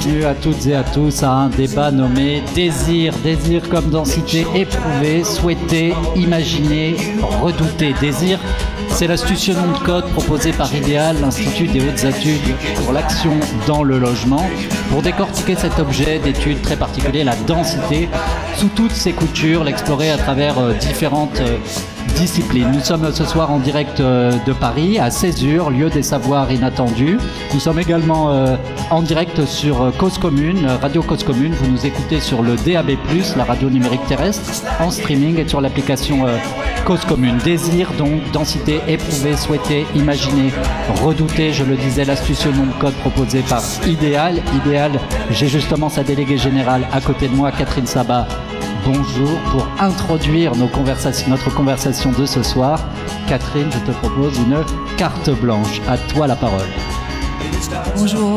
bienvenue à toutes et à tous à un débat nommé Désir. Désir comme densité éprouvée, souhaitée, imaginée, redoutée. Désir, c'est l'astucieux nom de code proposé par Idéal, l'Institut des hautes études pour l'action dans le logement, pour décortiquer cet objet d'étude très particulier, la densité, sous toutes ses coutures, l'explorer à travers différentes disciplines. Nous sommes ce soir en direct de Paris, à Césure, lieu des savoirs inattendus. Nous sommes également en direct sur Cause Commune, Radio Cause Commune. Vous nous écoutez sur le DAB+, la radio numérique terrestre, en streaming et sur l'application Cause Commune. Désir, donc, densité éprouvée, souhaitée, imaginée, redoutée. Je le disais, l'astucieux nom de code proposé par Idéal. Idéal, j'ai justement sa déléguée générale à côté de moi, Catherine Sabat. Bonjour, pour introduire notre conversation de ce soir. Catherine, je te propose une carte blanche. À toi la parole. Bonjour.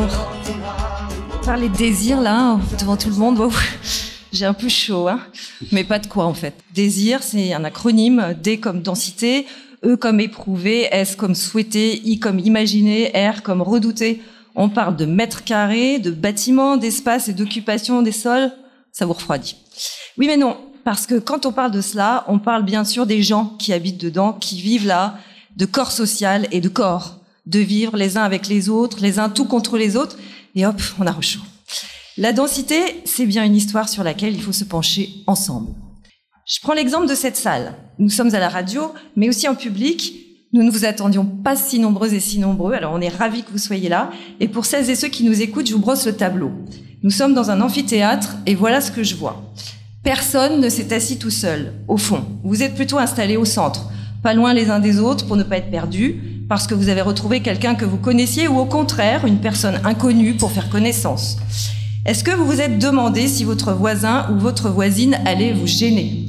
Parler de désir là, devant tout le monde, wow. J'ai un peu chaud, hein. Mais pas de quoi en fait. Désir, c'est un acronyme, D comme densité, E comme éprouvé, S comme souhaité, I comme imaginé, R comme redouté. On parle de mètres carrés, de bâtiments, d'espace et d'occupation des sols. Ça vous refroidit. Oui mais non, parce que quand on parle de cela, on parle bien sûr des gens qui habitent dedans, qui vivent là, de corps social et de corps, de vivre les uns avec les autres, les uns tout contre les autres, et hop, on a rechaud. La densité, c'est bien une histoire sur laquelle il faut se pencher ensemble. Je prends l'exemple de cette salle. Nous sommes à la radio, mais aussi en public. Nous ne vous attendions pas si nombreuses et si nombreux, alors on est ravis que vous soyez là. Et pour celles et ceux qui nous écoutent, je vous brosse le tableau. Nous sommes dans un amphithéâtre, et voilà ce que je vois. Personne ne s'est assis tout seul, au fond. Vous êtes plutôt installés au centre, pas loin les uns des autres pour ne pas être perdus, parce que vous avez retrouvé quelqu'un que vous connaissiez ou au contraire, une personne inconnue pour faire connaissance. Est-ce que vous vous êtes demandé si votre voisin ou votre voisine allait vous gêner?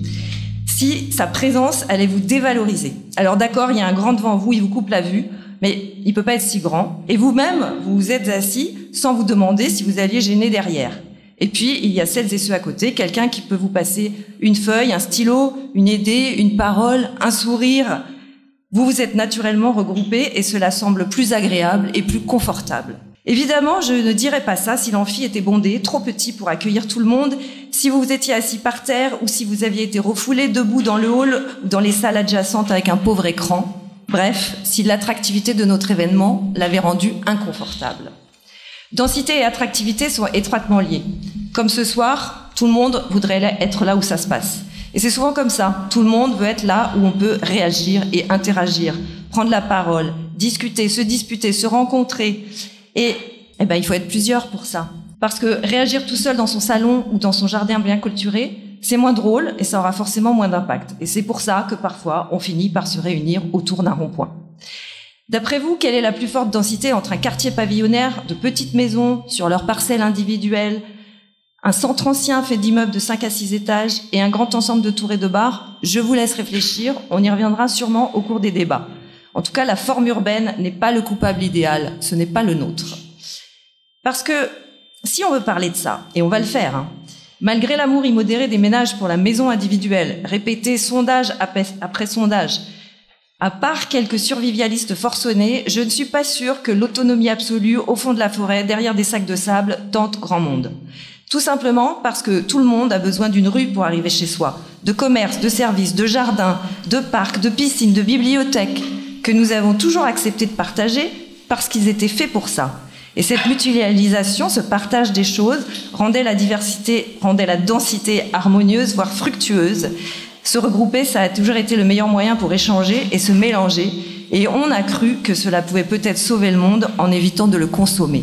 Si sa présence allait vous dévaloriser? Alors d'accord, il y a un grand devant vous, il vous coupe la vue, mais il peut pas être si grand. Et vous-même, vous vous êtes assis sans vous demander si vous alliez gêner derrière. Et puis, il y a celles et ceux à côté, quelqu'un qui peut vous passer une feuille, un stylo, une idée, une parole, un sourire. Vous vous êtes naturellement regroupés et cela semble plus agréable et plus confortable. Évidemment, je ne dirais pas ça si l'amphi était bondé, trop petit pour accueillir tout le monde, si vous vous étiez assis par terre ou si vous aviez été refoulé debout dans le hall ou dans les salles adjacentes avec un pauvre écran. Bref, si l'attractivité de notre événement l'avait rendu inconfortable. Densité et attractivité sont étroitement liées. Comme ce soir, tout le monde voudrait être là où ça se passe. Et c'est souvent comme ça. Tout le monde veut être là où on peut réagir et interagir, prendre la parole, discuter, se disputer, se rencontrer. Et il faut être plusieurs pour ça. Parce que réagir tout seul dans son salon ou dans son jardin bien clôturé, c'est moins drôle et ça aura forcément moins d'impact. Et c'est pour ça que parfois, on finit par se réunir autour d'un rond-point. D'après vous, quelle est la plus forte densité entre un quartier pavillonnaire de petites maisons sur leurs parcelles individuelles, un centre ancien fait d'immeubles de 5 à 6 étages et un grand ensemble de tours et de bars? Je vous laisse réfléchir, on y reviendra sûrement au cours des débats. En tout cas, la forme urbaine n'est pas le coupable idéal, ce n'est pas le nôtre. Parce que si on veut parler de ça, et on va le faire, malgré l'amour immodéré des ménages pour la maison individuelle, répété sondage après sondage, à part quelques survivalistes forcenés, je ne suis pas sûre que l'autonomie absolue au fond de la forêt, derrière des sacs de sable, tente grand monde. Tout simplement parce que tout le monde a besoin d'une rue pour arriver chez soi, de commerce, de services, de jardins, de parcs, de piscines, de bibliothèques, que nous avons toujours accepté de partager parce qu'ils étaient faits pour ça. Et cette mutualisation, ce partage des choses, rendait la densité harmonieuse, voire fructueuse. Se regrouper, ça a toujours été le meilleur moyen pour échanger et se mélanger. Et on a cru que cela pouvait peut-être sauver le monde en évitant de le consommer.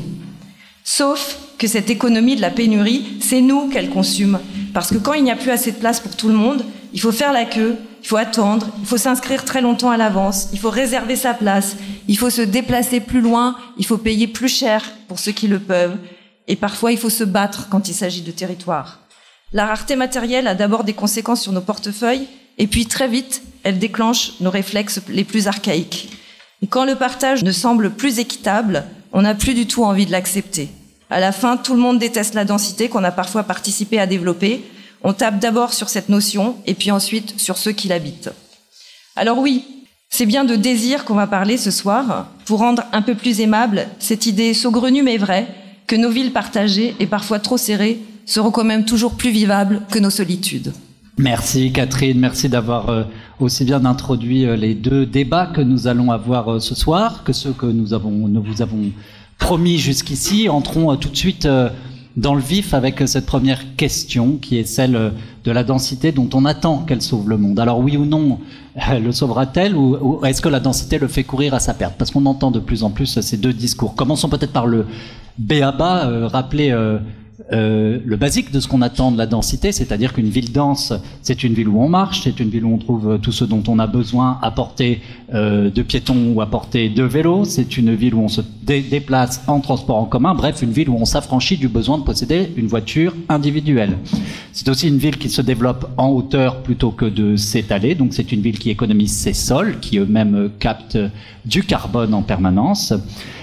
Sauf que cette économie de la pénurie, c'est nous qu'elle consume. Parce que quand il n'y a plus assez de place pour tout le monde, il faut faire la queue, il faut attendre, il faut s'inscrire très longtemps à l'avance, il faut réserver sa place, il faut se déplacer plus loin, il faut payer plus cher pour ceux qui le peuvent. Et parfois, il faut se battre quand il s'agit de territoire. La rareté matérielle a d'abord des conséquences sur nos portefeuilles, et puis très vite, elle déclenche nos réflexes les plus archaïques. Et quand le partage ne semble plus équitable, on n'a plus du tout envie de l'accepter. À la fin, tout le monde déteste la densité qu'on a parfois participé à développer. On tape d'abord sur cette notion, et puis ensuite sur ceux qui l'habitent. Alors oui, c'est bien de désir qu'on va parler ce soir, pour rendre un peu plus aimable cette idée saugrenue mais vraie, que nos villes partagées et parfois trop serrées seront quand même toujours plus vivables que nos solitudes. Merci Catherine, merci d'avoir aussi bien introduit les deux débats que nous allons avoir ce soir, que ceux que nous vous avons promis jusqu'ici. Entrons tout de suite dans le vif avec cette première question qui est celle de la densité dont on attend qu'elle sauve le monde. Alors oui ou non, le sauvera-t-elle ou est-ce que la densité le fait courir à sa perte? Parce qu'on entend de plus en plus ces deux discours. Commençons peut-être par le b.a.-ba, rappeler le basique de ce qu'on attend de la densité, c'est-à-dire qu'une ville dense, c'est une ville où on marche, c'est une ville où on trouve tout ce dont on a besoin à portée de piétons ou à portée de vélos, c'est une ville où on se déplace en transport en commun, bref, une ville où on s'affranchit du besoin de posséder une voiture individuelle. C'est aussi une ville qui se développe en hauteur plutôt que de s'étaler, donc c'est une ville qui économise ses sols, qui eux-mêmes captent du carbone en permanence.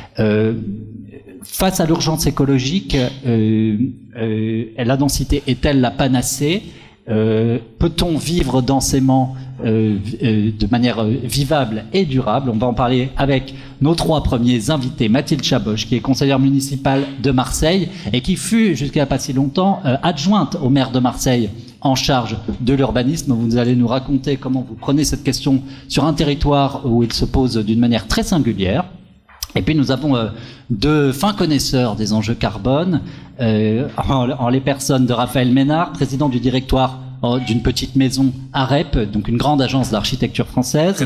Face à l'urgence écologique, la densité est-elle la panacée? Peut-on vivre densément de manière vivable et durable? On va en parler avec nos trois premiers invités. Mathilde Chaboche, qui est conseillère municipale de Marseille et qui fut, jusqu'à pas si longtemps, adjointe au maire de Marseille en charge de l'urbanisme. Vous allez nous raconter comment vous prenez cette question sur un territoire où il se pose d'une manière très singulière. Et puis nous avons deux fins connaisseurs des enjeux carbone, en les personnes de Raphaël Ménard, président du directoire d'une petite maison AREP, donc une grande agence d'architecture française,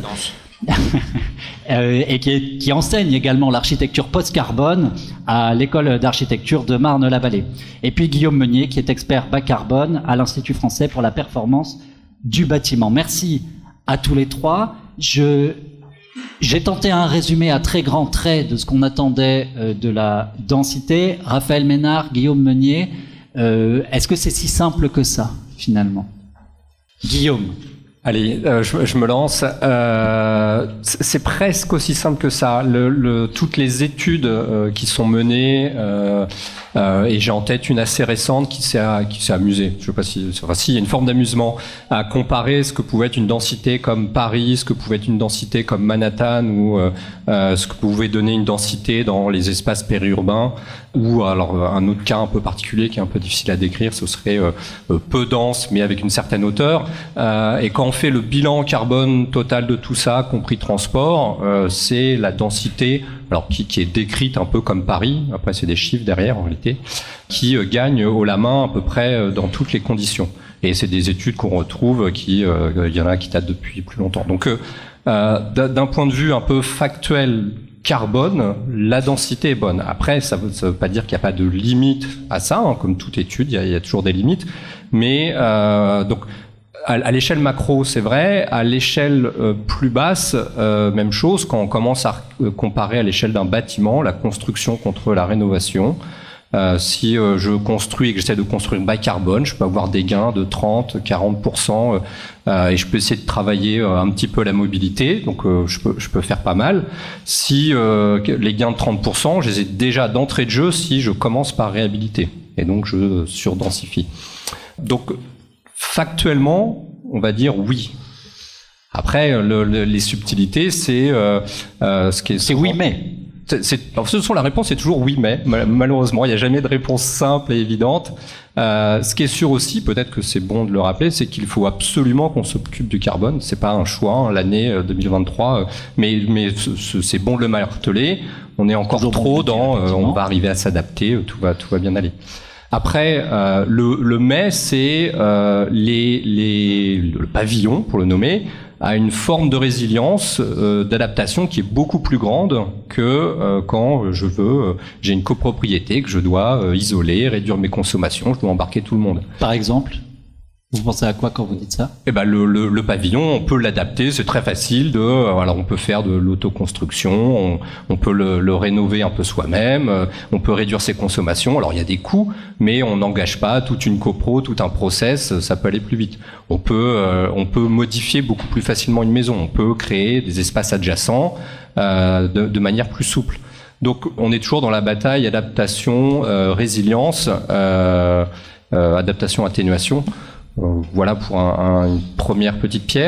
et qui enseigne également l'architecture post-carbone à l'école d'architecture de Marne-la-Vallée. Et puis Guillaume Meunier, qui est expert bas carbone à l'Institut français pour la performance du bâtiment. Merci à tous les trois. J'ai tenté un résumé à très grands traits de ce qu'on attendait de la densité. Raphaël Ménard, Guillaume Meunier, est-ce que c'est si simple que ça, finalement? Guillaume. Allez, je me lance. C'est presque aussi simple que ça. Toutes les études qui sont menées, et j'ai en tête une assez récente qui s'est amusée. Je sais pas si il y a une forme d'amusement à comparer ce que pouvait être une densité comme Paris, ce que pouvait être une densité comme Manhattan, ou ce que pouvait donner une densité dans les espaces périurbains. Ou alors un autre cas un peu particulier qui est un peu difficile à décrire, ce serait peu dense mais avec une certaine hauteur. Et quand on fait le bilan carbone total de tout ça, compris transport, c'est la densité, alors qui est décrite un peu comme Paris. Après c'est des chiffres derrière en réalité, qui gagne haut la main à peu près dans toutes les conditions. Et c'est des études qu'on retrouve il y en a qui datent depuis plus longtemps. Donc d'un point de vue un peu factuel carbone, la densité est bonne. Après, ça veut pas dire qu'il n'y a pas de limite à ça, hein, comme toute étude, il y a toujours des limites. Mais donc, à l'échelle macro, c'est vrai. À l'échelle plus basse, même chose. Quand on commence à comparer à l'échelle d'un bâtiment, la construction contre la rénovation. Si je construis et que j'essaie de construire bas carbone, je peux avoir des gains de 30-40%, et je peux essayer de travailler un petit peu la mobilité, donc je peux faire pas mal. Si les gains de 30%, je les ai déjà d'entrée de jeu si je commence par réhabiliter, et donc je surdensifie. Donc factuellement, on va dire oui. Après, les subtilités, c'est ce qui est... C'est oui mais. La réponse est toujours oui, mais malheureusement, il n'y a jamais de réponse simple et évidente. Ce qui est sûr aussi, peut-être que c'est bon de le rappeler, c'est qu'il faut absolument qu'on s'occupe du carbone. C'est pas un choix, hein, l'année 2023, mais c'est bon de le marteler. On est encore toujours trop dans, on va arriver à s'adapter, tout va bien aller. Après, le mais, c'est le pavillon, pour le nommer, a une forme de résilience, d'adaptation qui est beaucoup plus grande que quand j'ai une copropriété que je dois isoler, réduire mes consommations, je dois embarquer tout le monde. Par exemple, vous pensez à quoi quand vous dites ça? Eh ben le pavillon, on peut l'adapter, c'est très facile. Alors on peut faire de l'autoconstruction, on peut le rénover un peu soi-même, on peut réduire ses consommations. Alors il y a des coûts, mais on n'engage pas toute une copro, tout un process, ça peut aller plus vite. On peut modifier beaucoup plus facilement une maison, on peut créer des espaces adjacents de manière plus souple. Donc on est toujours dans la bataille adaptation, résilience, adaptation, atténuation. Voilà pour une première petite pierre.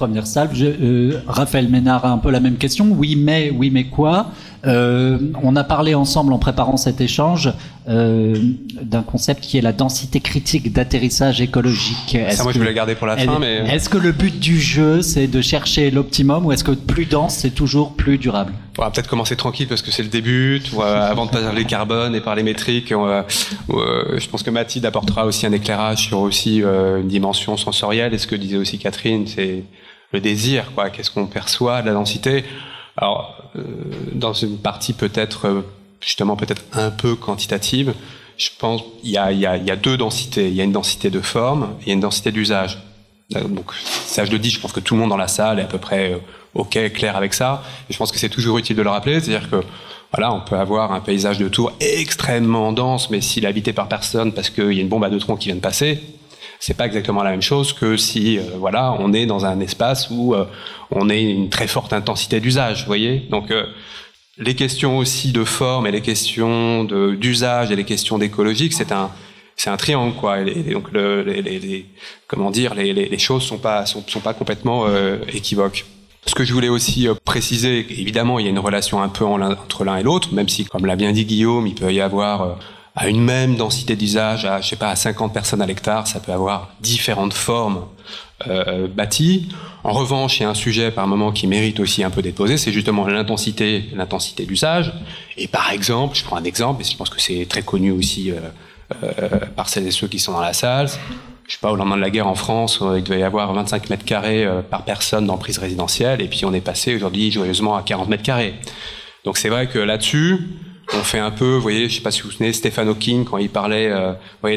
première salve. Raphaël Ménard a un peu la même question. Oui, mais quoi ? On a parlé ensemble en préparant cet échange d'un concept qui est la densité critique d'atterrissage écologique. Ça, moi, je voulais le garder pour la fin, mais... Est-ce que le but du jeu, c'est de chercher l'optimum, ou est-ce que plus dense, c'est toujours plus durable ? On va peut-être commencer tranquille parce que c'est le début, tu vois, avant de parler carbone et parler métrique. Je pense que Mathilde apportera aussi un éclairage sur aussi une dimension sensorielle. Et ce que disait aussi Catherine, c'est le désir, quoi. Qu'est-ce qu'on perçoit de la densité ? Alors, dans une partie peut-être un peu quantitative, je pense il y a deux densités. Il y a une densité de forme et il y a une densité d'usage. Donc ça, je le dis, je pense que tout le monde dans la salle est à peu près clair avec ça. Et je pense que c'est toujours utile de le rappeler, c'est-à-dire que voilà, on peut avoir un paysage de Tours extrêmement dense, mais s'il est habité par personne parce qu'il y a une bombe à neutrons qui vient de passer, c'est pas exactement la même chose que si on est dans un espace où on a une très forte intensité d'usage, vous voyez. Donc les questions aussi de forme et les questions d'usage et les questions d'écologique, c'est un triangle, quoi. Et donc les choses sont pas complètement équivoques. Ce que je voulais aussi préciser, évidemment, il y a une relation un peu entre l'un et l'autre, même si, comme l'a bien dit Guillaume, il peut y avoir à une même densité d'usage, à 50 personnes à l'hectare, ça peut avoir différentes formes bâties. En revanche, il y a un sujet par moment qui mérite aussi un peu d'être posé, c'est justement l'intensité d'usage. Et par exemple, je prends un exemple, et je pense que c'est très connu aussi par celles et ceux qui sont dans la salle. Je sais pas, au lendemain de la guerre en France, il devait y avoir 25 mètres carrés par personne d'emprise résidentielle, et puis on est passé aujourd'hui joyeusement à 40 mètres carrés. Donc c'est vrai que là-dessus, on fait un peu, vous voyez, je sais pas si vous vous souvenez, Stephen Hawking, quand il parlait, vous voyez,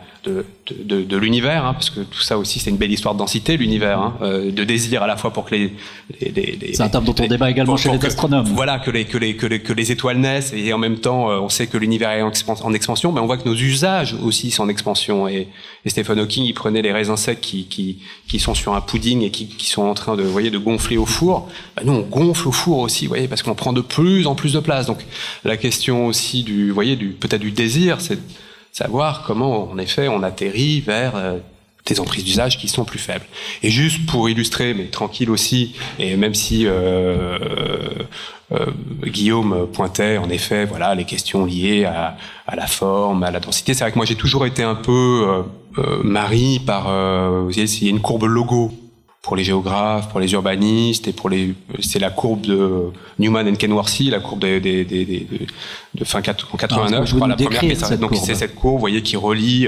de l'univers, hein, parce que tout ça aussi, c'est une belle histoire de densité, l'univers, hein, de désir à la fois pour que c'est un terme dont on débat également chez les astronomes. Voilà, que les étoiles naissent, et en même temps, on sait que l'univers est en expansion, mais on voit que nos usages aussi sont en expansion. Et Stephen Hawking, il prenait les raisins secs qui sont sur un pudding et qui sont en train de gonfler au four. Bah, nous, on gonfle au four aussi, vous voyez, parce qu'on prend de plus en plus de place. Donc, la question aussi peut-être du désir, c'est savoir comment, en effet, on atterrit vers des emprises d'usage qui sont plus faibles. Et juste pour illustrer, mais tranquille aussi, et même si Guillaume pointait, en effet, voilà, les questions liées à la forme, à la densité, c'est vrai que moi j'ai toujours été un peu mari par, vous voyez, il y a une courbe logo pour les géographes, pour les urbanistes, et c'est la courbe de Newman and Kenworthy, la courbe de fin 89, je crois, la première pièce. Donc c'est cette courbe, vous voyez, qui relie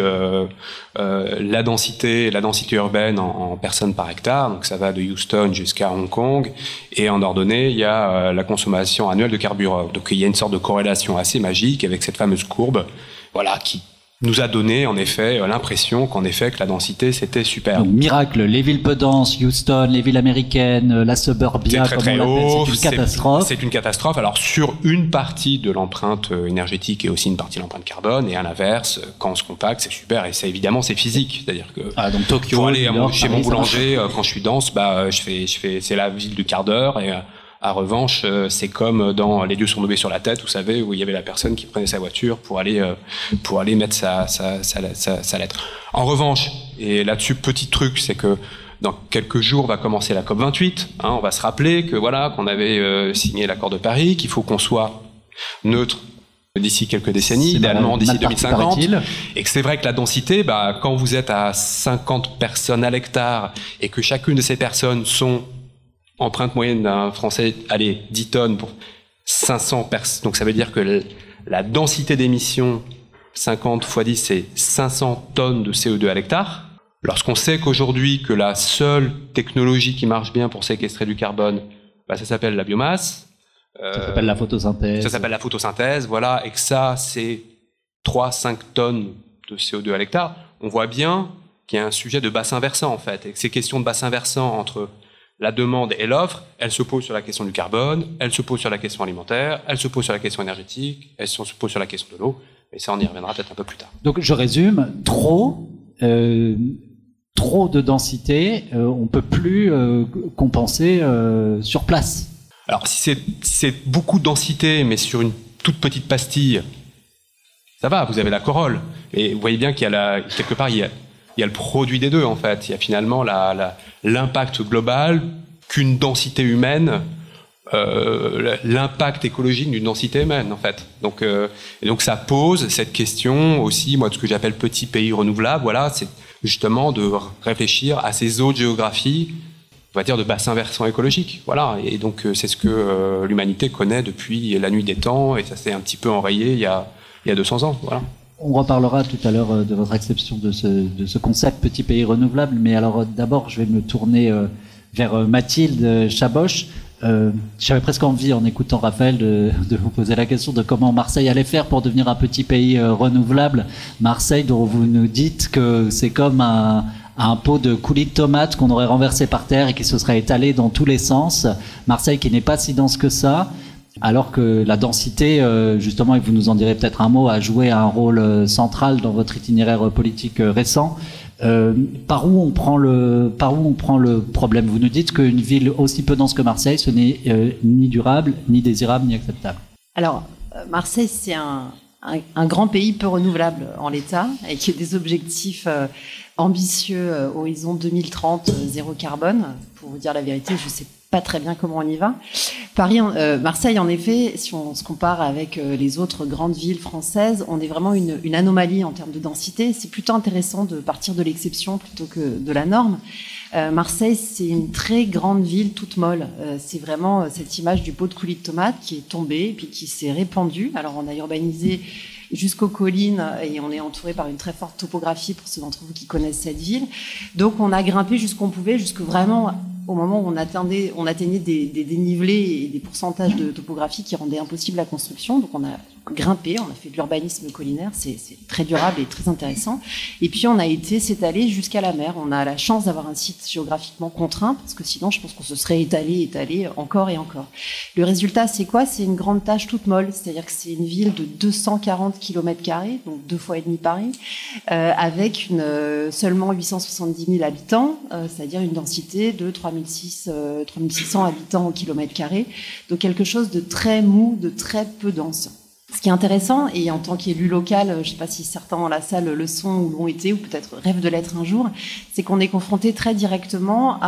la densité urbaine en personnes par hectare. Donc ça va de Houston jusqu'à Hong Kong, et en ordonnée, il y a la consommation annuelle de carburant. Donc il y a une sorte de corrélation assez magique avec cette fameuse courbe, voilà, qui nous a donné en effet l'impression qu'en effet que la densité c'était super. Donc, miracle, les villes peu denses, Houston, les villes américaines, la suburbia, c'est très haut, c'est une catastrophe. C'est une catastrophe. Alors sur une partie de l'empreinte énergétique et aussi une partie de l'empreinte carbone, et à l'inverse, quand on se compacte, c'est super, et c'est évidemment c'est physique, c'est-à-dire que donc Tokyo, pour aller chez Paris, mon boulanger, quand je suis dense, je fais c'est la ville du quart d'heure, et en revanche, c'est comme dans Les dieux sont tombés sur la tête, vous savez, où il y avait la personne qui prenait sa voiture pour aller mettre sa lettre. En revanche, et là-dessus, petit truc, c'est que dans quelques jours va commencer la COP28. On va se rappeler que voilà, qu'on avait signé l'accord de Paris, qu'il faut qu'on soit neutre d'ici quelques décennies, idéalement d'ici 2050, et que c'est vrai que la densité, quand vous êtes à 50 personnes à l'hectare et que chacune de ces personnes sont empreinte moyenne d'un Français, 10 tonnes pour 500 personnes. Donc ça veut dire que la densité d'émissions, 50 x 10, c'est 500 tonnes de CO2 à l'hectare. Lorsqu'on sait qu'aujourd'hui, que la seule technologie qui marche bien pour séquestrer du carbone, ça s'appelle la biomasse. Ça s'appelle la photosynthèse. Ça s'appelle la photosynthèse, voilà, et que ça, c'est 3-5 tonnes de CO2 à l'hectare. On voit bien qu'il y a un sujet de bassin versant, en fait, et que ces questions de bassin versant entre la demande et l'offre, elle se pose sur la question du carbone, elle se pose sur la question alimentaire, elle se pose sur la question énergétique, elle se pose sur la question de l'eau, et ça on y reviendra peut-être un peu plus tard. Donc je résume, trop de densité, on peut plus compenser sur place. Alors si c'est beaucoup de densité, mais sur une toute petite pastille, ça va, vous avez la corolle, et vous voyez bien qu'il y a quelque part, il il y a le produit des deux, en fait. Il y a finalement l'impact global qu'une densité humaine, l'impact écologique d'une densité humaine, en fait. Et donc ça pose cette question aussi, moi, de ce que j'appelle petit pays renouvelable, voilà, c'est justement de réfléchir à ces autres géographies, on va dire de bassin versant écologique, voilà. Et donc c'est ce que l'humanité connaît depuis la nuit des temps, et ça s'est un petit peu enrayé il y a 200 ans, voilà. On reparlera tout à l'heure de votre acception de ce concept petit pays renouvelable, mais alors d'abord je vais me tourner vers Mathilde Chaboch. J'avais presque envie, en écoutant Raphaël, de vous poser la question de comment Marseille allait faire pour devenir un petit pays renouvelable. Marseille, dont vous nous dites que c'est comme un pot de coulis de tomates qu'on aurait renversé par terre et qui se serait étalé dans tous les sens. Marseille qui n'est pas si dense que ça, alors que la densité, justement, et vous nous en direz peut-être un mot, a joué un rôle central dans votre itinéraire politique récent. Par où on prend le problème? Vous nous dites qu'une ville aussi peu dense que Marseille, ce n'est ni durable, ni désirable, ni acceptable. Alors, Marseille, c'est un grand pays peu renouvelable en l'état, et qui a des objectifs ambitieux, horizon 2030, zéro carbone. Pour vous dire la vérité, je ne sais pas très bien comment on y va. Marseille, en effet, si on se compare avec les autres grandes villes françaises, on est vraiment une anomalie en termes de densité. C'est plutôt intéressant de partir de l'exception plutôt que de la norme. Marseille, c'est une très grande ville toute molle. C'est vraiment cette image du pot de coulis de tomate qui est tombé, puis qui s'est répandue. Alors, on a urbanisé jusqu'aux collines et on est entouré par une très forte topographie pour ceux d'entre vous qui connaissent cette ville. Donc, on a grimpé jusqu'où on pouvait, jusque vraiment au moment où on atteignait des dénivelés et des pourcentages de topographie qui rendaient impossible la construction. Donc, on a grimpé, on a fait de l'urbanisme collinaire, c'est très durable et très intéressant. Et puis, on a s'étalé jusqu'à la mer. On a la chance d'avoir un site géographiquement contraint, parce que sinon, je pense qu'on se serait étalé encore et encore. Le résultat, c'est quoi? C'est une grande tâche toute molle, c'est-à-dire que c'est une ville de 240 km², donc 2 fois et demi Paris, avec seulement 870 000 habitants, c'est-à-dire une densité de 3600 habitants au km², donc quelque chose de très mou, de très peu dense. Ce qui est intéressant, et en tant qu'élu local, je ne sais pas si certains dans la salle le sont ou l'ont été, ou peut-être rêvent de l'être un jour, c'est qu'on est confronté très directement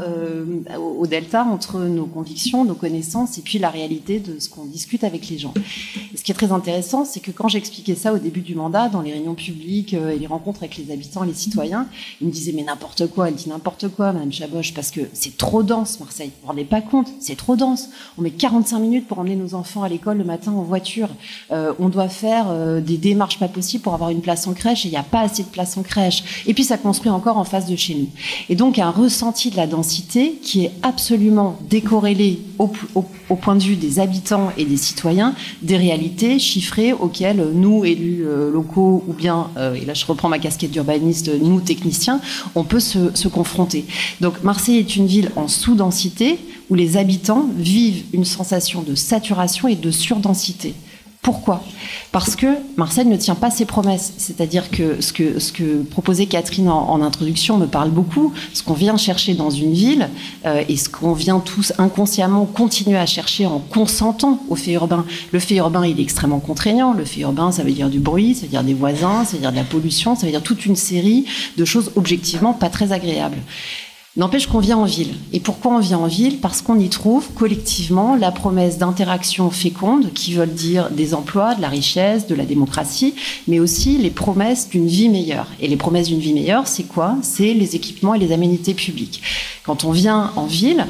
au delta entre nos convictions, nos connaissances, et puis la réalité de ce qu'on discute avec les gens. Et ce qui est très intéressant, c'est que quand j'expliquais ça au début du mandat, dans les réunions publiques et les rencontres avec les habitants, les citoyens, ils me disaient « mais n'importe quoi, elle dit n'importe quoi, Madame Chaboch, parce que c'est trop dense, Marseille. Vous vous rendez pas compte, c'est trop dense. On met 45 minutes pour emmener nos enfants à l'école le matin en voiture. On doit faire des démarches pas possibles pour avoir une place en crèche et il n'y a pas assez de place en crèche. Et puis ça construit encore en face de chez nous. Et donc un ressenti de la densité qui est absolument décorrélé au point de vue des habitants et des citoyens, des réalités chiffrées auxquelles nous, élus locaux, ou bien, et là je reprends ma casquette d'urbaniste, nous, techniciens, on peut se confronter. Donc Marseille est une ville en sous-densité où les habitants vivent une sensation de saturation et de surdensité. Pourquoi? Parce que Marseille ne tient pas ses promesses. C'est-à-dire que ce que proposait Catherine en introduction me parle beaucoup. Ce qu'on vient chercher dans une ville et ce qu'on vient tous inconsciemment continuer à chercher en consentant au fait urbain. Le fait urbain, il est extrêmement contraignant. Le fait urbain, ça veut dire du bruit, ça veut dire des voisins, ça veut dire de la pollution, ça veut dire toute une série de choses objectivement pas très agréables. N'empêche qu'on vient en ville. Et pourquoi on vient en ville? Parce qu'on y trouve collectivement la promesse d'interactions fécondes qui veulent dire des emplois, de la richesse, de la démocratie, mais aussi les promesses d'une vie meilleure. Et les promesses d'une vie meilleure, c'est quoi? C'est les équipements et les aménités publiques. Quand on vient en ville,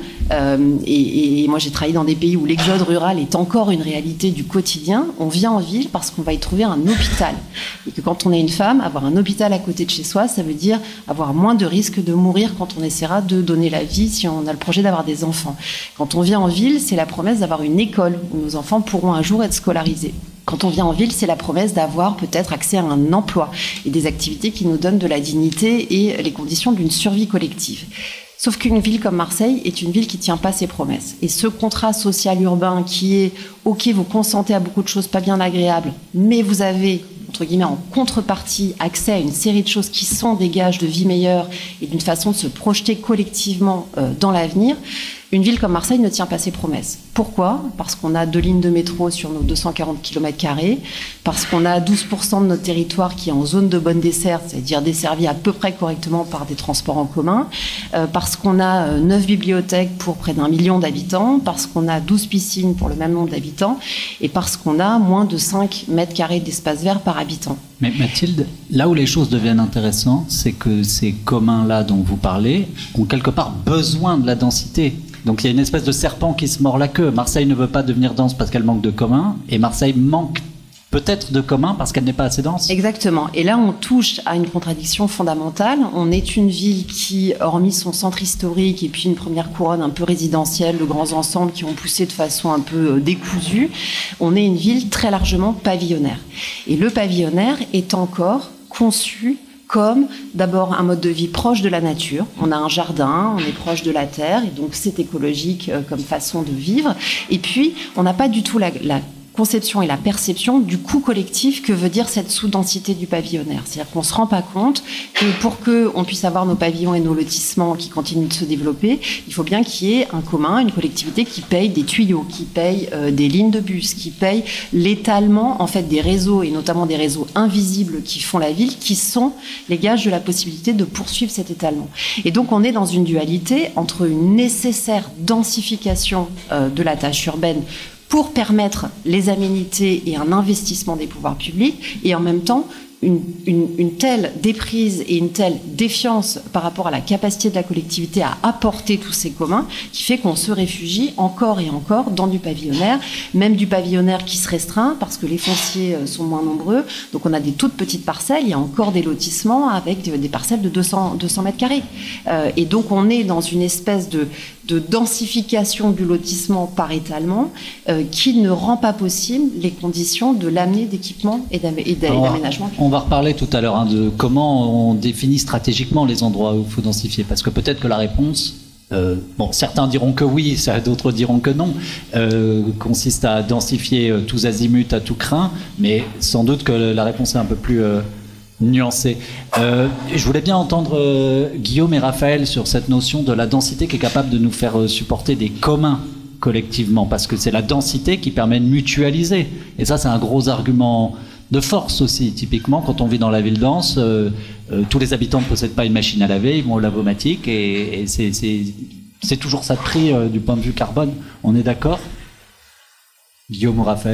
et moi j'ai travaillé dans des pays où l'exode rural est encore une réalité du quotidien, on vient en ville parce qu'on va y trouver un hôpital. Et que quand on est une femme, avoir un hôpital à côté de chez soi, ça veut dire avoir moins de risques de mourir quand on essaiera de donner la vie si on a le projet d'avoir des enfants. Quand on vient en ville, c'est la promesse d'avoir une école où nos enfants pourront un jour être scolarisés. Quand on vient en ville, c'est la promesse d'avoir peut-être accès à un emploi et des activités qui nous donnent de la dignité et les conditions d'une survie collective. Sauf qu'une ville comme Marseille est une ville qui ne tient pas ses promesses. Et ce contrat social urbain qui est « ok, vous consentez à beaucoup de choses pas bien agréables, mais vous avez, entre guillemets, en contrepartie, accès à une série de choses qui sont des gages de vie meilleure et d'une façon de se projeter collectivement dans l'avenir », Une ville comme Marseille ne tient pas ses promesses. Pourquoi ? Parce qu'on a 2 lignes de métro sur nos 240 km², parce qu'on a 12% de notre territoire qui est en zone de bonne desserte, c'est-à-dire desservi à peu près correctement par des transports en commun, parce qu'on a 9 bibliothèques pour près d'1 million d'habitants, parce qu'on a 12 piscines pour le même nombre d'habitants, et parce qu'on a moins de 5 mètres carrés d'espace vert par habitant. Mais Mathilde, là où les choses deviennent intéressantes, c'est que ces communs-là dont vous parlez ont quelque part besoin de la densité. Donc il y a une espèce de serpent qui se mord la queue. Marseille ne veut pas devenir dense parce qu'elle manque de communs, et Marseille manque peut-être de communs parce qu'elle n'est pas assez dense. Exactement. Et là, on touche à une contradiction fondamentale. On est une ville qui, hormis son centre historique et puis une première couronne un peu résidentielle, de grands ensembles qui ont poussé de façon un peu décousue, on est une ville très largement pavillonnaire. Et le pavillonnaire est encore conçu comme d'abord un mode de vie proche de la nature. On a un jardin, on est proche de la terre, et donc c'est écologique comme façon de vivre. Et puis, on n'a pas du tout la conception et la perception du coût collectif que veut dire cette sous-densité du pavillonnaire. C'est-à-dire qu'on ne se rend pas compte que pour qu'on puisse avoir nos pavillons et nos lotissements qui continuent de se développer, il faut bien qu'il y ait un commun, une collectivité qui paye des tuyaux, qui paye des lignes de bus, qui paye l'étalement en fait des réseaux, et notamment des réseaux invisibles qui font la ville, qui sont les gages de la possibilité de poursuivre cet étalement. Et donc on est dans une dualité entre une nécessaire densification de la tâche urbaine pour permettre les aménités et un investissement des pouvoirs publics, et en même temps une telle déprise et une telle défiance par rapport à la capacité de la collectivité à apporter tous ces communs, qui fait qu'on se réfugie encore et encore dans du pavillonnaire, même du pavillonnaire qui se restreint parce que les fonciers sont moins nombreux. Donc on a des toutes petites parcelles, il y a encore des lotissements avec des parcelles de 200 mètres carrés. Et donc on est dans une espèce de densification du lotissement par étalement qui ne rend pas possible les conditions de l'amener d'équipement et d'aménagement. On va reparler tout à l'heure de comment on définit stratégiquement les endroits où il faut densifier, parce que peut-être que la réponse, certains diront que oui, d'autres diront que non, consiste à densifier tous azimuts à tout crin, mais sans doute que la réponse est un peu plus nuancée. Je voulais bien entendre Guillaume et Raphaël sur cette notion de la densité qui est capable de nous faire supporter des communs collectivement, parce que c'est la densité qui permet de mutualiser, et ça c'est un gros argument de force aussi. Typiquement, quand on vit dans la ville dense, tous les habitants ne possèdent pas une machine à laver, ils vont au lavomatique, et c'est toujours ça de prix du point de vue carbone. On est d'accord ? Guillaume ou Raphaël ?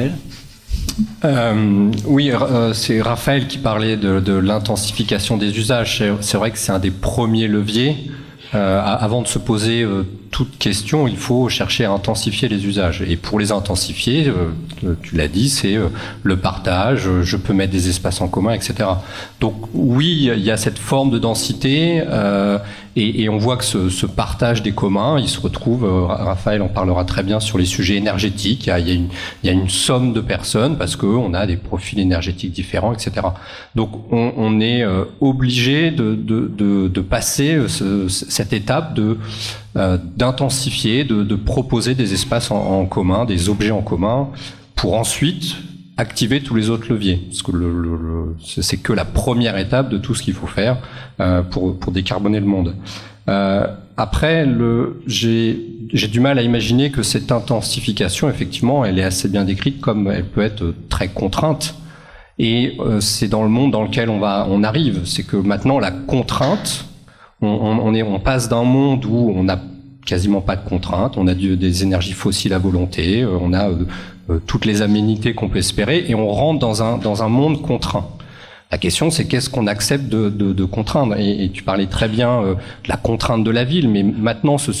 Oui, c'est Raphaël qui parlait de l'intensification des usages. C'est vrai que c'est un des premiers leviers. Avant de se poser toute question, il faut chercher à intensifier les usages. Et pour les intensifier, tu l'as dit, c'est le partage, je peux mettre des espaces en commun, etc. Donc oui, il y a cette forme de densité, et on voit que ce partage des communs, il se retrouve, Raphaël en parlera très bien, sur les sujets énergétiques. Il y a une somme de personnes parce qu'on a des profils énergétiques différents, etc. Donc on est obligé de passer cette étape d'intensifier, de proposer des espaces en commun, des objets en commun, pour ensuite activer tous les autres leviers. Parce que c'est que la première étape de tout ce qu'il faut faire pour décarboner le monde. Après, j'ai du mal à imaginer que cette intensification, effectivement, elle est assez bien décrite comme elle peut être très contrainte. Et c'est dans le monde dans lequel on arrive. C'est que maintenant, la contrainte, on passe d'un monde où on n'a quasiment pas de contraintes, on a des énergies fossiles à volonté, on a toutes les aménités qu'on peut espérer, et on rentre dans un monde contraint. La question, c'est qu'est-ce qu'on accepte de contraindre, et tu parlais très bien de la contrainte de la ville, mais maintenant se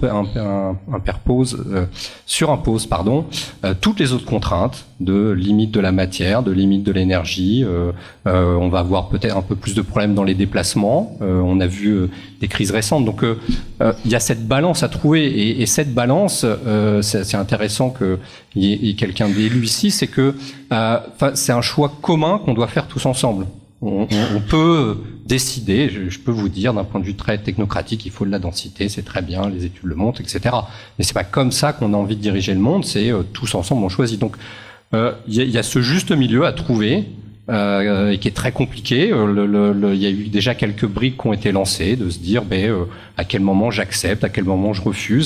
surimpose toutes les autres contraintes de limite de la matière, de limite de l'énergie. On va avoir peut-être un peu plus de problèmes dans les déplacements. On a vu des crises récentes. Donc il y a cette balance à trouver, et cette balance, c'est intéressant qu'il y ait quelqu'un d'élu ici, c'est que c'est un choix commun qu'on doit faire tous ensemble. On peut décider, je peux vous dire d'un point de vue très technocratique, il faut de la densité, c'est très bien, les études le montrent, etc. Mais c'est pas comme ça qu'on a envie de diriger le monde, c'est tous ensemble on choisit. Donc il y a ce juste milieu à trouver, et qui est très compliqué. Il y a eu déjà quelques briques qui ont été lancées, de se dire à quel moment j'accepte, à quel moment je refuse.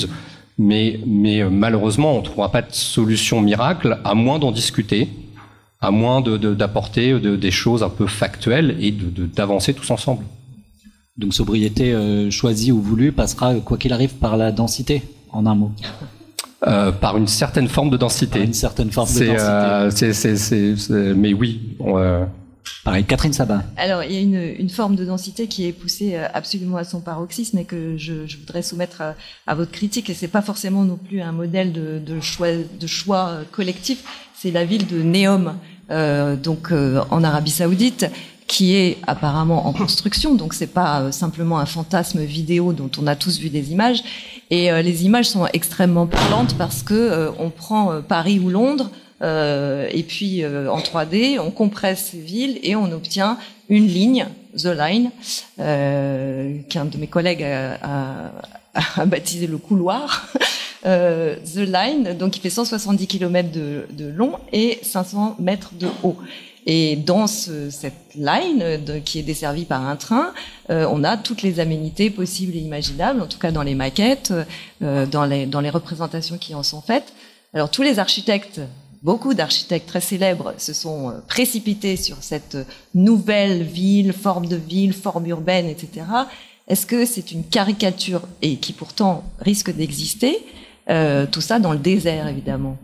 Mais malheureusement, on ne trouvera pas de solution miracle, à moins d'en discuter, à moins d'apporter des choses un peu factuelles et d'avancer tous ensemble. Donc sobriété choisie ou voulue passera, quoi qu'il arrive, par la densité, en un mot. Par une certaine forme de densité. Par une certaine forme de densité. Mais oui. Pareil, Catherine Sabin. Alors, il y a une forme de densité qui est poussée absolument à son paroxysme et que je voudrais soumettre à votre critique. Et c'est pas forcément non plus un modèle de choix collectif. C'est la ville de Neom, en Arabie Saoudite, qui est apparemment en construction. Donc, c'est pas simplement un fantasme vidéo dont on a tous vu des images. Et les images sont extrêmement parlantes parce que on prend Paris ou Londres. Et puis en 3D, on compresse ces villes et on obtient une ligne, The Line, qu'un de mes collègues a baptisé le couloir. The Line, donc il fait 170 km de long et 500 mètres de haut. Et dans cette line qui est desservie par un train, on a toutes les aménités possibles et imaginables, en tout cas dans les maquettes, dans les représentations qui en sont faites. Alors tous les architectes, beaucoup d'architectes très célèbres se sont précipités sur cette nouvelle ville, forme urbaine, etc. Est-ce que c'est une caricature et qui pourtant risque d'exister, tout ça dans le désert évidemment?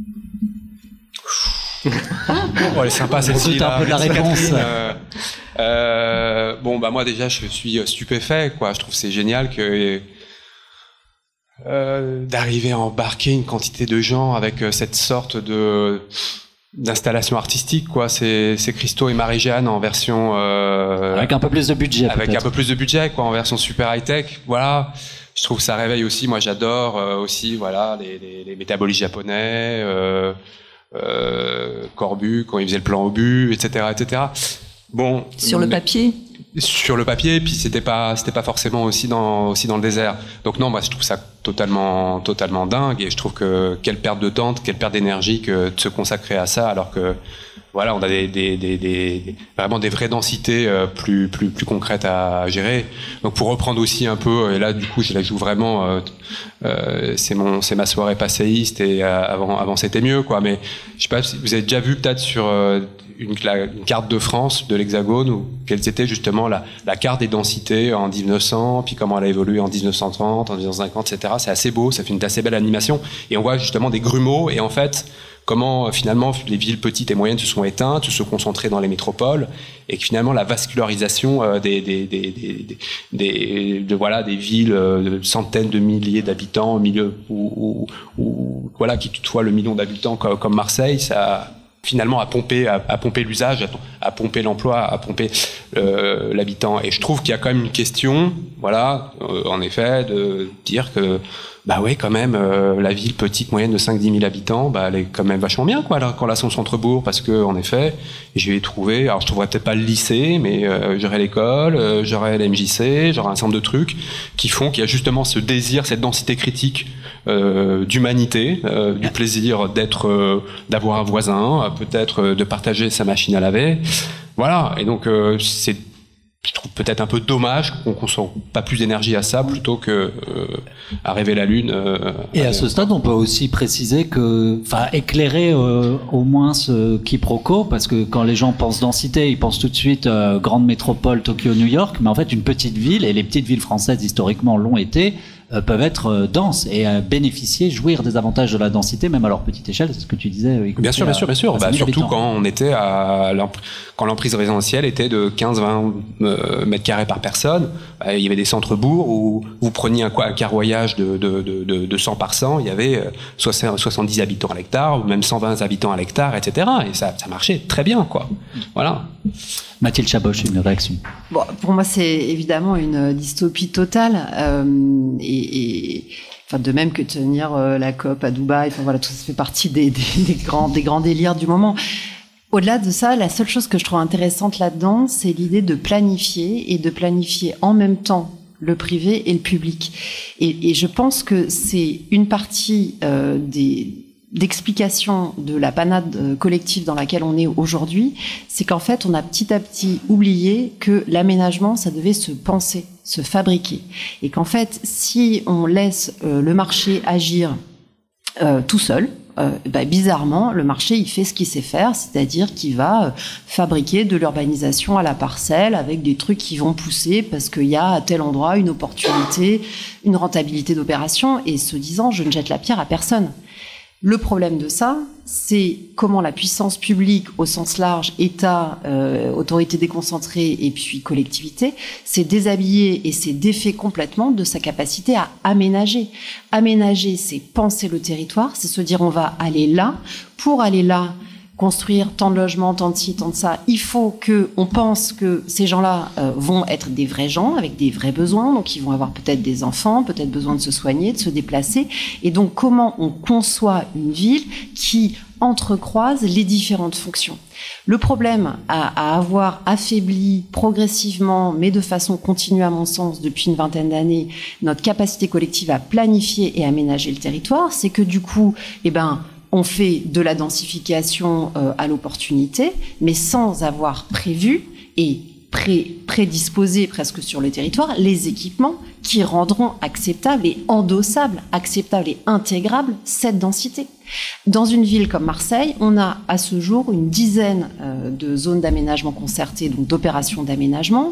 Bon, elle est sympa celle-ci. Un peu de la réponse. Moi déjà je suis stupéfait, quoi. Je trouve que c'est génial que d'arriver à embarquer une quantité de gens avec cette sorte d'installation artistique, quoi. C'est Christo et Marie-Jeanne en version avec un peu plus de budget. Avec un peu plus de budget, quoi, en version super high-tech. Voilà. Je trouve que ça réveille aussi. Moi, j'adore aussi, voilà, les métabolistes japonais. Corbu quand il faisait le plan obus, etc., etc. Bon, sur le papier, puis c'était pas forcément aussi dans le désert. Donc non, moi je trouve ça totalement dingue et je trouve que quelle perte de temps, quelle perte d'énergie que de se consacrer à ça alors que voilà, on a vraiment des vraies densités plus concrètes à gérer. Donc pour reprendre aussi un peu, et là du coup je la joue vraiment, c'est ma soirée passéiste et avant c'était mieux, quoi. Mais je sais pas si vous avez déjà vu peut-être sur une carte de France de l'Hexagone où quelles étaient justement la carte des densités en 1900, puis comment elle a évolué en 1930, en 1950, etc. C'est assez beau, ça fait une assez belle animation et on voit justement des grumeaux et en fait comment finalement les villes petites et moyennes se sont éteintes, se sont concentrées dans les métropoles, et que finalement la vascularisation des villes de centaines de milliers d'habitants au milieu ou voilà qui tutoient le million d'habitants comme Marseille, ça finalement a pompé l'usage, a pompé l'emploi, a pompé l'habitant. Et je trouve qu'il y a quand même une question, voilà, en effet, de dire que bah ouais, quand même, la ville petite, moyenne de 5-10 000 habitants, bah, elle est quand même vachement bien, quoi, quand là, son centre-bourg, parce que, en effet, je vais y trouver, alors je trouverais peut-être pas le lycée, mais j'aurais l'école, j'aurais l'MJC, j'aurais un certain nombre de trucs qui font qu'il y a justement ce désir, cette densité critique d'humanité, du plaisir d'avoir un voisin, peut-être de partager sa machine à laver. Voilà, et donc c'est, je trouve peut-être un peu dommage qu'on consacre pas plus d'énergie à ça plutôt que à rêver la lune. Et à ce stade, on peut aussi préciser que, enfin, éclairer au moins ce quiproquo, parce que quand les gens pensent densité, ils pensent tout de suite grande métropole, Tokyo, New York, mais en fait, une petite ville, et les petites villes françaises historiquement l'ont été, peuvent être denses et bénéficier, jouir des avantages de la densité, même à leur petite échelle. C'est ce que tu disais. Bien sûr. Bah, surtout quand on était quand l'emprise résidentielle était de 15-20 mètres carrés par personne. Il y avait des centres-bourgs où vous preniez un carroyage de 100 par 100, il y avait 70 habitants à l'hectare, ou même 120 habitants à l'hectare, etc. Et ça marchait très bien, quoi. Voilà. Mathilde Chaboch, une réaction. Bon, pour moi, c'est évidemment une dystopie totale. Enfin, de même que tenir la COP à Dubaï, enfin voilà, tout ça fait partie des grands délires du moment. Au-delà de ça, la seule chose que je trouve intéressante là-dedans, c'est l'idée de planifier et de planifier en même temps le privé et le public. Et je pense que c'est une partie d'explication de la panade collective dans laquelle on est aujourd'hui, c'est qu'en fait, on a petit à petit oublié que l'aménagement, ça devait se penser, se fabriquer. Et qu'en fait, si on laisse le marché agir tout seul, bizarrement, le marché, il fait ce qu'il sait faire, c'est-à-dire qu'il va fabriquer de l'urbanisation à la parcelle avec des trucs qui vont pousser parce qu'il y a à tel endroit une opportunité, une rentabilité d'opération, et se disant, je ne jette la pierre à personne. Le problème de ça, c'est comment la puissance publique au sens large, État, autorité déconcentrée et puis collectivité, s'est déshabillée et s'est défait complètement de sa capacité à aménager. Aménager, c'est penser le territoire, c'est se dire on va aller là. Pour aller là, construire tant de logements, tant de ci, tant de ça, il faut qu'on pense que ces gens-là vont être des vrais gens avec des vrais besoins, donc ils vont avoir peut-être des enfants, peut-être besoin de se soigner, de se déplacer. Et donc comment on conçoit une ville qui entrecroise les différentes fonctions. Le problème à avoir affaibli progressivement, mais de façon continue à mon sens depuis une vingtaine d'années, notre capacité collective à planifier et aménager le territoire, c'est que du coup, on fait de la densification à l'opportunité, mais sans avoir prévu et prédisposé presque sur le territoire les équipements qui rendront acceptable et endossable, acceptable et intégrable cette densité. Dans une ville comme Marseille, on a à ce jour une dizaine de zones d'aménagement concertées, donc d'opérations d'aménagement.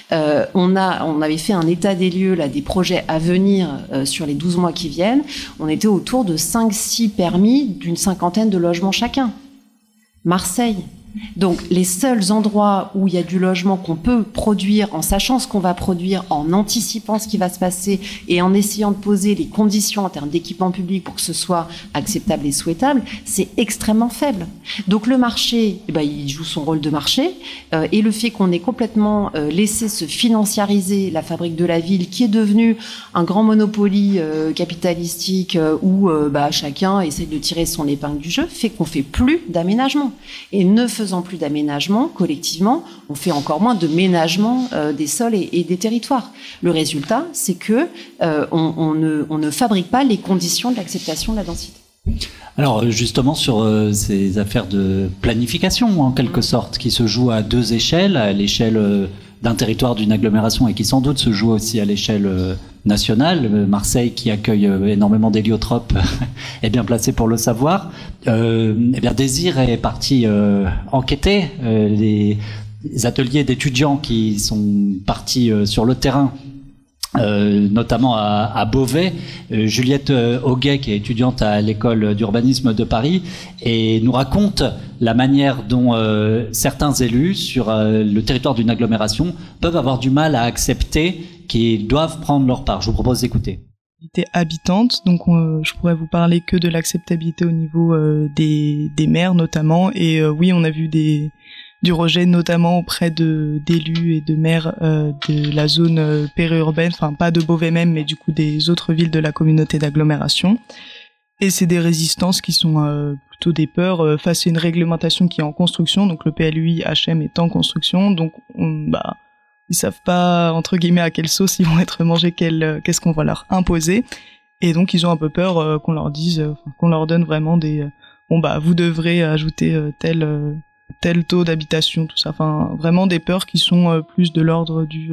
On avait fait un état des lieux là, des projets à venir sur les 12 mois qui viennent. On était autour de 5-6 permis d'une 50aine de logements chacun. Marseille. Donc, les seuls endroits où il y a du logement qu'on peut produire en sachant ce qu'on va produire, en anticipant ce qui va se passer et en essayant de poser les conditions en termes d'équipement public pour que ce soit acceptable et souhaitable, c'est extrêmement faible. Donc, le marché, il joue son rôle de marché et le fait qu'on ait complètement laissé se financiariser la fabrique de la ville qui est devenue un grand monopoly capitalistique où chacun essaie de tirer son épingle du jeu fait qu'on fait plus d'aménagement. Et ne faisant plus d'aménagement collectivement, on fait encore moins de ménagement des sols et des territoires. Le résultat, c'est que on ne fabrique pas les conditions de l'acceptation de la densité. Alors justement sur ces affaires de planification en quelque sorte qui se jouent à deux échelles, à l'échelle d'un territoire, d'une agglomération et qui sans doute se joue aussi à l'échelle nationale. Marseille qui accueille énormément d'héliotropes est bien placé pour le savoir. Désir est parti enquêter. Les ateliers d'étudiants qui sont partis sur le terrain, notamment à Beauvais, Juliette Auguet qui est étudiante à l'école d'urbanisme de Paris et nous raconte la manière dont certains élus sur le territoire d'une agglomération peuvent avoir du mal à accepter qu'ils doivent prendre leur part. Je vous propose d'écouter. Habitante, donc je pourrais vous parler que de l'acceptabilité au niveau des maires notamment, et oui, on a vu du rejet notamment auprès d'élus et de maires de la zone périurbaine, enfin pas de Beauvais même, mais du coup des autres villes de la communauté d'agglomération. Et c'est des résistances qui sont plutôt des peurs face à une réglementation qui est en construction, donc le PLUI HM est en construction, donc ils savent pas entre guillemets à quelle sauce ils vont être mangés, qu'est-ce qu'on va leur imposer, et donc ils ont un peu peur qu'on leur dise, qu'on leur donne vraiment des vous devrez ajouter tel taux d'habitation, tout ça. Enfin, vraiment des peurs qui sont plus de l'ordre du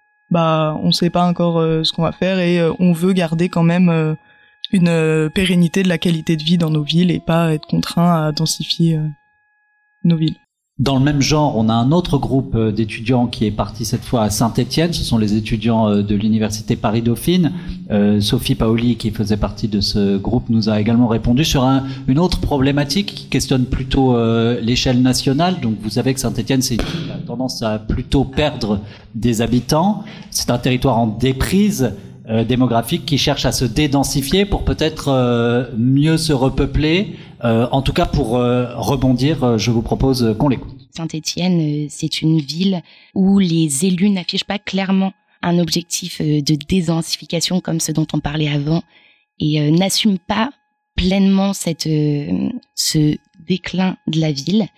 on sait pas encore ce qu'on va faire et on veut garder quand même une pérennité de la qualité de vie dans nos villes et pas être contraint à densifier nos villes. Dans le même genre, on a un autre groupe d'étudiants qui est parti cette fois à Saint-Étienne. Ce sont les étudiants de l'université Paris-Dauphine. Sophie Paoli, qui faisait partie de ce groupe, nous a également répondu sur une autre problématique qui questionne plutôt l'échelle nationale. Donc vous savez que Saint-Étienne, c'est une ville qui a tendance à plutôt perdre des habitants. C'est un territoire en déprise démographique qui cherche à se dédensifier pour peut-être mieux se repeupler. En tout cas, pour rebondir, je vous propose qu'on l'écoute. Saint-Étienne, c'est une ville où les élus n'affichent pas clairement un objectif de dédensification comme ce dont on parlait avant et n'assument pas pleinement ce déclin de la ville.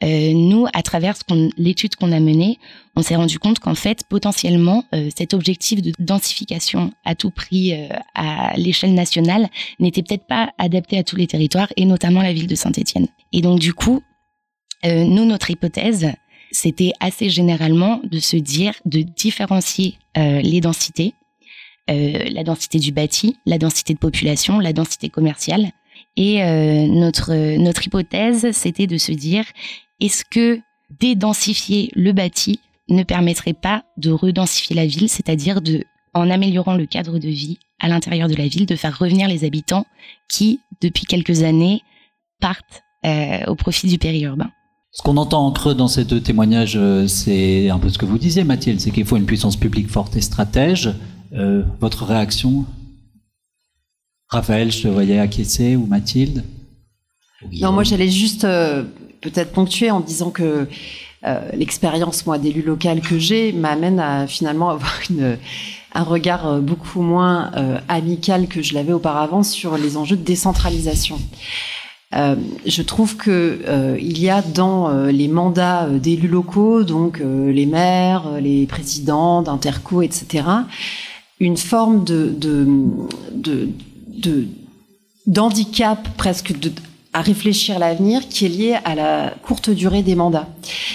nous, à travers l'étude qu'on a menée, on s'est rendu compte qu'en fait, potentiellement, cet objectif de densification à tout prix à l'échelle nationale n'était peut-être pas adapté à tous les territoires, et notamment la ville de Saint-Étienne. Et donc, du coup, nous, notre hypothèse, c'était assez généralement de se dire, de différencier les densités, la densité du bâti, la densité de population, la densité commerciale. Et notre hypothèse, c'était de se dire, est-ce que dédensifier le bâti ne permettrait pas de redensifier la ville, c'est-à-dire en améliorant le cadre de vie à l'intérieur de la ville, de faire revenir les habitants qui, depuis quelques années, partent au profit du périurbain. Ce qu'on entend en creux dans ces deux témoignages, c'est un peu ce que vous disiez, Mathilde, c'est qu'il faut une puissance publique forte et stratège. Votre réaction ? Raphaël, je te voyais acquiescer, ou Mathilde ? Non, moi j'allais juste peut-être ponctuer en disant que l'expérience, moi, d'élu local que j'ai m'amène à finalement avoir un regard beaucoup moins amical que je l'avais auparavant sur les enjeux de décentralisation. Je trouve que il y a dans les mandats d'élus locaux, donc les maires, les présidents d'interco, etc., une forme d'handicap presque à réfléchir à l'avenir qui est lié à la courte durée des mandats.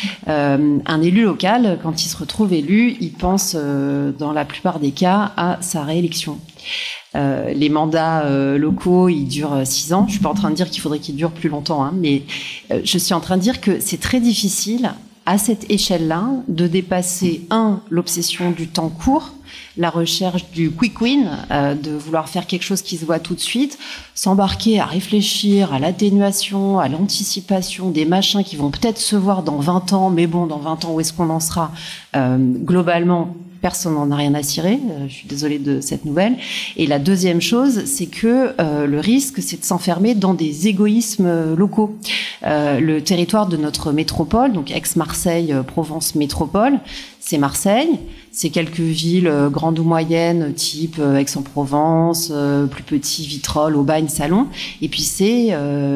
Un élu local, quand il se retrouve élu, il pense dans la plupart des cas à sa réélection. Les mandats locaux, ils durent 6 ans. Je suis pas en train de dire qu'il faudrait qu'ils durent plus longtemps, hein, mais je suis en train de dire que c'est très difficile à cette échelle-là de dépasser l'obsession du temps court, la recherche du quick win, de vouloir faire quelque chose qui se voit tout de suite, s'embarquer à réfléchir à l'atténuation, à l'anticipation des machins qui vont peut-être se voir dans 20 ans, mais bon, dans 20 ans, où est-ce qu'on en sera globalement? Personne n'en a rien à cirer, je suis désolée de cette nouvelle. Et la deuxième chose, c'est que le risque, c'est de s'enfermer dans des égoïsmes locaux. Le territoire de notre métropole, donc ex-Marseille, Provence Métropole, c'est Marseille, c'est quelques villes grandes ou moyennes, type Aix-en-Provence, plus petit, Vitrolles, Aubagne, Salon, et puis c'est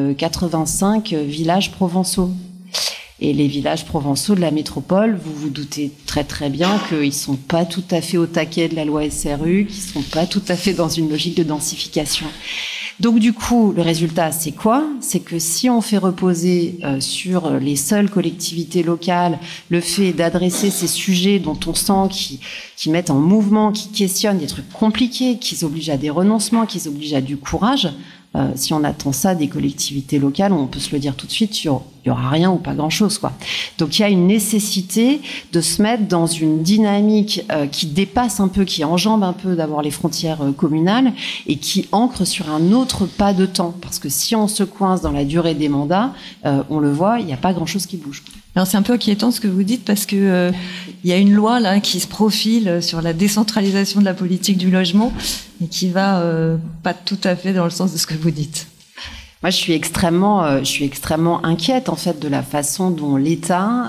85 villages provençaux. Et les villages provençaux de la métropole, vous vous doutez très très bien qu'ils sont pas tout à fait au taquet de la loi SRU, qu'ils sont pas tout à fait dans une logique de densification. Donc du coup, le résultat, c'est quoi? C'est que si on fait reposer sur les seules collectivités locales le fait d'adresser ces sujets dont on sent qui mettent en mouvement, qui questionnent des trucs compliqués, qui obligent à des renoncements, qui obligent à du courage, si on attend ça des collectivités locales, on peut se le dire tout de suite, il y aura rien ou pas grand-chose, quoi. Donc il y a une nécessité de se mettre dans une dynamique qui dépasse un peu, qui enjambe un peu d'abord les frontières communales et qui ancre sur un autre pas de temps. Parce que si on se coince dans la durée des mandats, on le voit, il n'y a pas grand-chose qui bouge. Alors c'est un peu inquiétant ce que vous dites parce que il y a une loi là qui se profile sur la décentralisation de la politique du logement et qui va pas tout à fait dans le sens de ce que vous dites. Moi, je suis extrêmement inquiète en fait de la façon dont l'État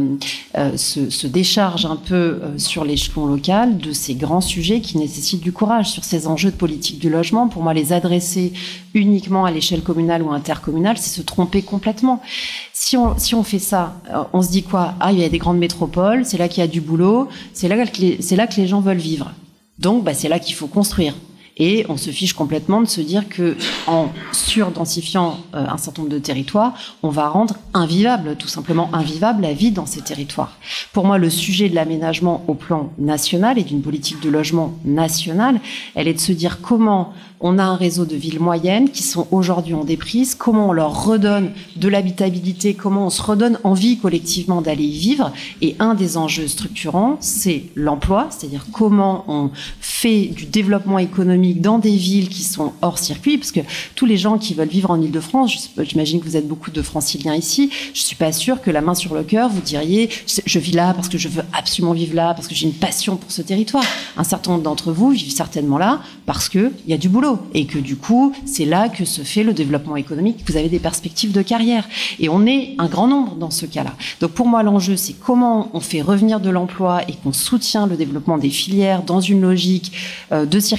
se décharge un peu sur l'échelon local de ces grands sujets qui nécessitent du courage, sur ces enjeux de politique du logement. Pour moi, les adresser uniquement à l'échelle communale ou intercommunale, c'est se tromper complètement. Si on fait ça, on se dit quoi? Ah, il y a des grandes métropoles, c'est là qu'il y a du boulot, c'est là que les gens veulent vivre. Donc, c'est là qu'il faut construire. Et on se fiche complètement de se dire que en surdensifiant un certain nombre de territoires, on va rendre invivable, tout simplement invivable, la vie dans ces territoires. Pour moi, le sujet de l'aménagement au plan national et d'une politique de logement nationale, elle est de se dire comment on a un réseau de villes moyennes qui sont aujourd'hui en déprise, comment on leur redonne de l'habitabilité, comment on se redonne envie collectivement d'aller y vivre. Et un des enjeux structurants, c'est l'emploi, c'est-à-dire comment on fait du développement économique dans des villes qui sont hors circuit, parce que tous les gens qui veulent vivre en Île-de-France, j'imagine que vous êtes beaucoup de franciliens ici, je suis pas sûre que la main sur le cœur, vous diriez je vis là parce que je veux absolument vivre là, parce que j'ai une passion pour ce territoire. Un certain nombre d'entre vous vivent certainement là parce qu'il y a du boulot et que du coup, c'est là que se fait le développement économique, vous avez des perspectives de carrière. Et on est un grand nombre dans ce cas-là. Donc pour moi, l'enjeu, c'est comment on fait revenir de l'emploi et qu'on soutient le développement des filières dans une logique de circuit court,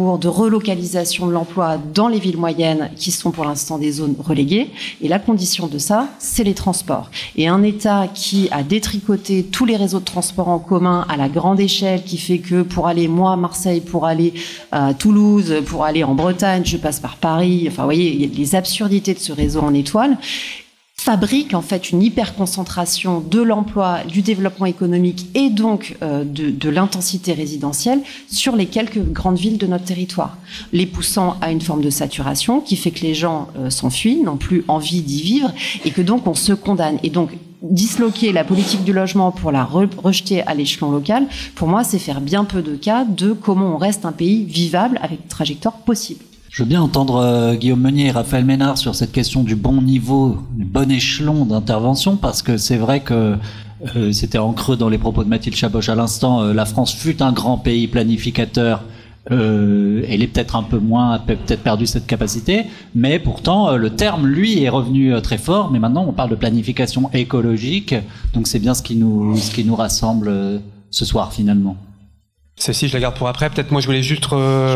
parcours de relocalisation de l'emploi dans les villes moyennes qui sont pour l'instant des zones reléguées. Et la condition de ça, c'est les transports. Et un État qui a détricoté tous les réseaux de transport en commun à la grande échelle, qui fait que pour aller, moi, à Marseille, pour aller à Toulouse, pour aller en Bretagne, je passe par Paris. Enfin, vous voyez, il y a les absurdités de ce réseau en étoile. Fabrique en fait une hyperconcentration de l'emploi, du développement économique et donc de l'intensité résidentielle sur les quelques grandes villes de notre territoire, les poussant à une forme de saturation qui fait que les gens s'enfuient, n'ont plus envie d'y vivre et que donc on se condamne. Et donc disloquer la politique du logement pour la rejeter à l'échelon local, pour moi c'est faire bien peu de cas de comment on reste un pays vivable avec une trajectoire possible. Je veux bien entendre Guillaume Meunier et Raphaël Ménard sur cette question du bon niveau, du bon échelon d'intervention, parce que c'est vrai que c'était en creux dans les propos de Mathilde Chaboch à l'instant, la France fut un grand pays planificateur, elle est peut-être un peu moins, a peut-être perdu cette capacité, mais pourtant le terme, lui, est revenu très fort, mais maintenant on parle de planification écologique, donc c'est bien ce qui nous rassemble ce soir finalement. Celle-ci, je la garde pour après. Peut-être moi, je voulais juste...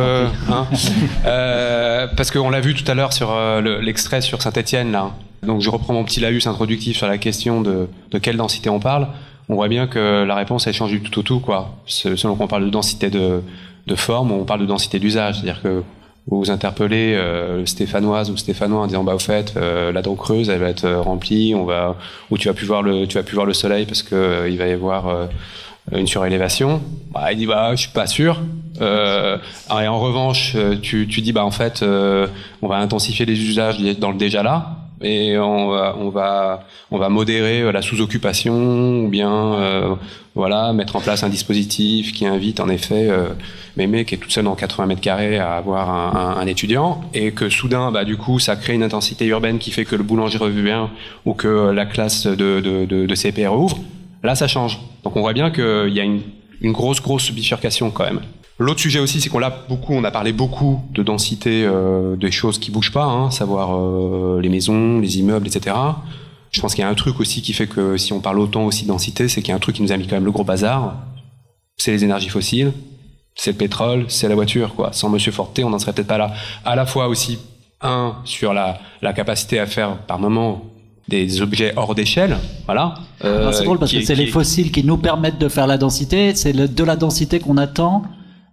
parce qu'on l'a vu tout à l'heure sur l'extrait sur Saint-Étienne, là. Donc, je reprends mon petit laïus introductif sur la question de quelle densité on parle. On voit bien que la réponse, elle change du tout au tout, quoi. Selon qu'on parle de densité de forme, on parle de densité d'usage. C'est-à-dire que vous interpellez stéphanoise ou stéphanois en disant, bah, au fait, la dent creuse, elle va être remplie, ou tu vas plus voir le soleil parce que il va y avoir... une surélévation, bah, il dit bah je suis pas sûr. Et en revanche, tu dis bah en fait on va intensifier les usages dans le déjà là et on va modérer la sous-occupation ou bien voilà mettre en place un dispositif qui invite en effet Mémé qui est toute seule dans 80 mètres carrés à avoir un étudiant et que soudain bah du coup ça crée une intensité urbaine qui fait que le boulanger revient ou que la classe de CPR ouvre. Là, ça change. Donc, on voit bien qu'il y a une grosse bifurcation quand même. L'autre sujet aussi, c'est on a parlé beaucoup de densité des choses qui bougent pas, hein, savoir les maisons, les immeubles, etc. Je pense qu'il y a un truc aussi qui fait que si on parle autant aussi de densité, c'est qu'il y a un truc qui nous a mis quand même le gros bazar. C'est les énergies fossiles, c'est le pétrole, c'est la voiture, quoi. Sans Monsieur Forté, on n'en serait peut-être pas là. À la fois aussi, sur la capacité à faire par moment des objets hors d'échelle, voilà. C'est drôle parce que c'est les fossiles qui nous permettent de faire la densité, c'est de la densité qu'on attend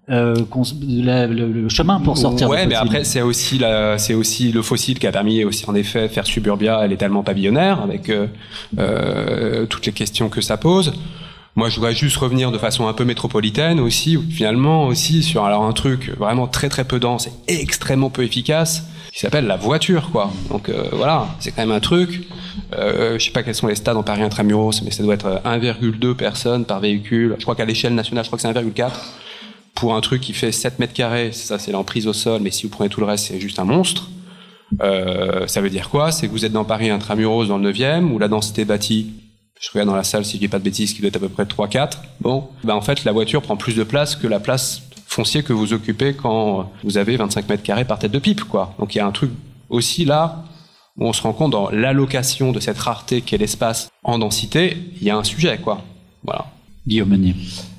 le chemin pour sortir. Ouais, mais après c'est aussi le fossile qui a permis aussi en effet faire Suburbia, elle est tellement pavillonnaire avec toutes les questions que ça pose. Moi, je voudrais juste revenir de façon un peu métropolitaine aussi, finalement aussi sur un truc vraiment très très peu dense et extrêmement peu efficace, qui s'appelle la voiture, quoi. Donc voilà, c'est quand même un truc. Je sais pas quels sont les stades en Paris intramuros, mais ça doit être 1,2 personnes par véhicule. Je crois qu'à l'échelle nationale, je crois que c'est 1,4 pour un truc qui fait 7 mètres carrés. Ça, c'est l'emprise au sol, mais si vous prenez tout le reste, c'est juste un monstre. Ça veut dire quoi? C'est que vous êtes dans Paris intramuros dans le 9e, où la densité bâtie, je regarde dans la salle si je dis pas de bêtises, qui doit être à peu près 3-4. Bon, ben en fait, la voiture prend plus de place que la place foncière que vous occupez quand vous avez 25 mètres carrés par tête de pipe, quoi. Donc il y a un truc aussi là où on se rend compte dans l'allocation de cette rareté qu'est l'espace en densité, il y a un sujet, quoi. Voilà. Guillaume Meunier.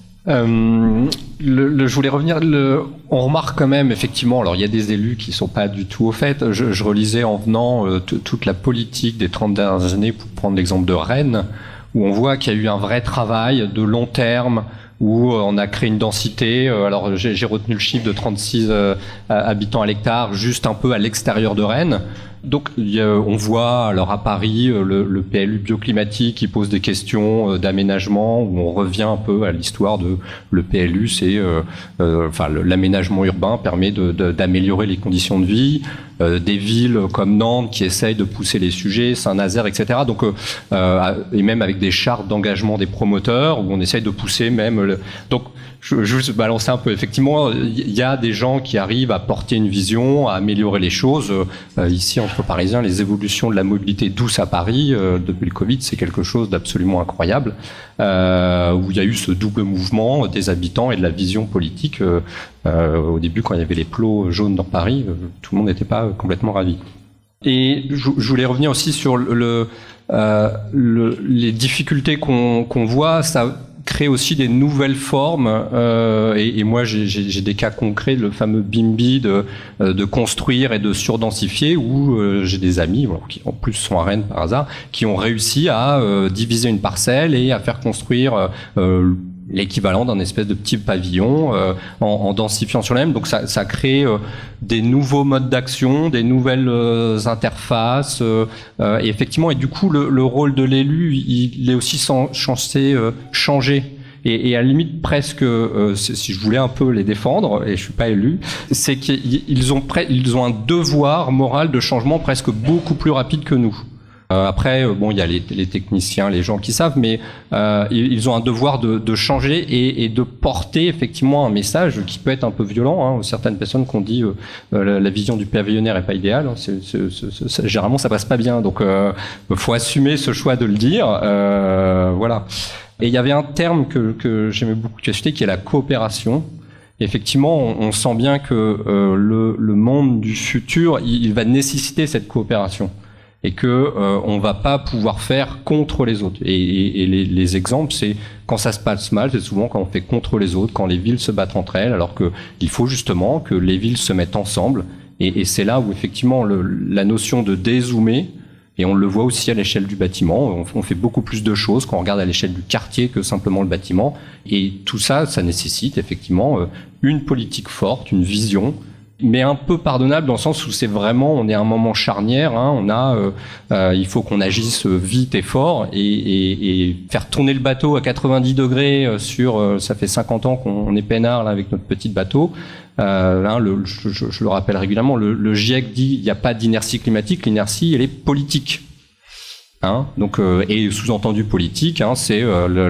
Je voulais revenir. On remarque quand même, effectivement, alors il y a des élus qui sont pas du tout au fait. Je relisais en venant toute la politique des 30 dernières années, pour prendre l'exemple de Rennes, où on voit qu'il y a eu un vrai travail de long terme, où on a créé une densité. Alors j'ai retenu le chiffre de 36 habitants à l'hectare, juste un peu à l'extérieur de Rennes. Donc on voit alors à Paris le PLU bioclimatique qui pose des questions d'aménagement, où on revient un peu à l'histoire de le PLU, c'est l'aménagement urbain permet d'améliorer les conditions de vie. Des villes comme Nantes qui essayent de pousser les sujets, Saint-Nazaire, etc. Donc et même avec des chartes d'engagement des promoteurs où on essaye de pousser même. Donc je vais juste balancer un peu. Effectivement, il y a des gens qui arrivent à porter une vision, à améliorer les choses. Ici, entre Parisiens, les évolutions de la mobilité douce à Paris depuis le Covid, c'est quelque chose d'absolument incroyable. Où il y a eu ce double mouvement des habitants et de la vision politique. Au début, quand il y avait les plots jaunes dans Paris, tout le monde n'était pas complètement ravi. Et je voulais revenir aussi sur les difficultés qu'on voit. Ça crée aussi des nouvelles formes. Et moi, j'ai des cas concrets, le fameux BIMBY de construire et de surdensifier, où j'ai des amis, qui en plus sont à Rennes par hasard, qui ont réussi à diviser une parcelle et à faire construire l'équivalent d'un espèce de petit pavillon en densifiant sur la même. Donc ça crée des nouveaux modes d'action, des nouvelles interfaces. Et effectivement, et du coup, le rôle de l'élu, il est aussi censé changer. Et à la limite, presque, si je voulais un peu les défendre, et je suis pas élu, c'est qu'ils ont un devoir moral de changement presque beaucoup plus rapide que nous. Après, il y a les techniciens, les gens qui savent, mais ils ont un devoir de changer et de porter effectivement un message qui peut être un peu violent. Certaines personnes qui ont dit la vision du pavillonnaire est pas idéale. Généralement, ça passe pas bien. Donc, faut assumer ce choix de le dire. Voilà. Et il y avait un terme que j'aimais beaucoup qui est la coopération. Effectivement, on sent bien que le monde du futur, il va nécessiter cette coopération. Et que on va pas pouvoir faire contre les autres. Et les exemples, c'est quand ça se passe mal, c'est souvent quand on fait contre les autres, quand les villes se battent entre elles, alors que il faut justement que les villes se mettent ensemble. Et c'est là où effectivement la notion de dézoomer, et on le voit aussi à l'échelle du bâtiment, on fait beaucoup plus de choses quand on regarde à l'échelle du quartier que simplement le bâtiment. Et tout ça, ça nécessite effectivement une politique forte, une vision, mais un peu pardonnable dans le sens où c'est vraiment, on est à un moment charnière, il faut qu'on agisse vite et fort et faire tourner le bateau à 90 degrés ça fait 50 ans qu'on est peinard là avec notre petit bateau. Je le rappelle régulièrement, le GIEC dit il n'y a pas d'inertie climatique, l'inertie elle est politique. Donc et sous-entendu politique, c'est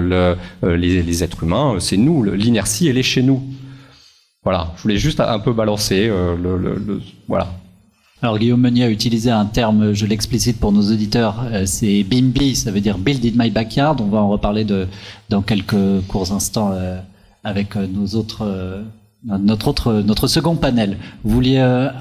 les êtres humains, c'est nous, l'inertie elle est chez nous. Voilà, je voulais juste un peu balancer voilà. Alors Guillaume Meunier a utilisé un terme, je l'explicite pour nos auditeurs, c'est BIMBY, ça veut dire Build in my backyard. On va en reparler dans quelques courts instants avec notre second panel. Vous vouliez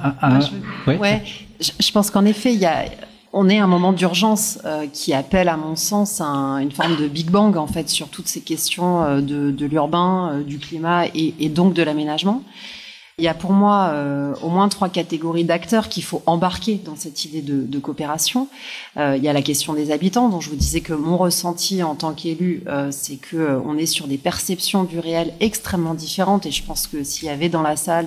je pense qu'en effet, on est à un moment d'urgence qui appelle, à mon sens, une forme de Big Bang en fait sur toutes ces questions de l'urbain, du climat et donc de l'aménagement. Il y a pour moi au moins 3 catégories d'acteurs qu'il faut embarquer dans cette idée de coopération. Il y a la question des habitants, dont je vous disais que mon ressenti en tant qu'élu, c'est que on est sur des perceptions du réel extrêmement différentes. Et je pense que s'il y avait dans la salle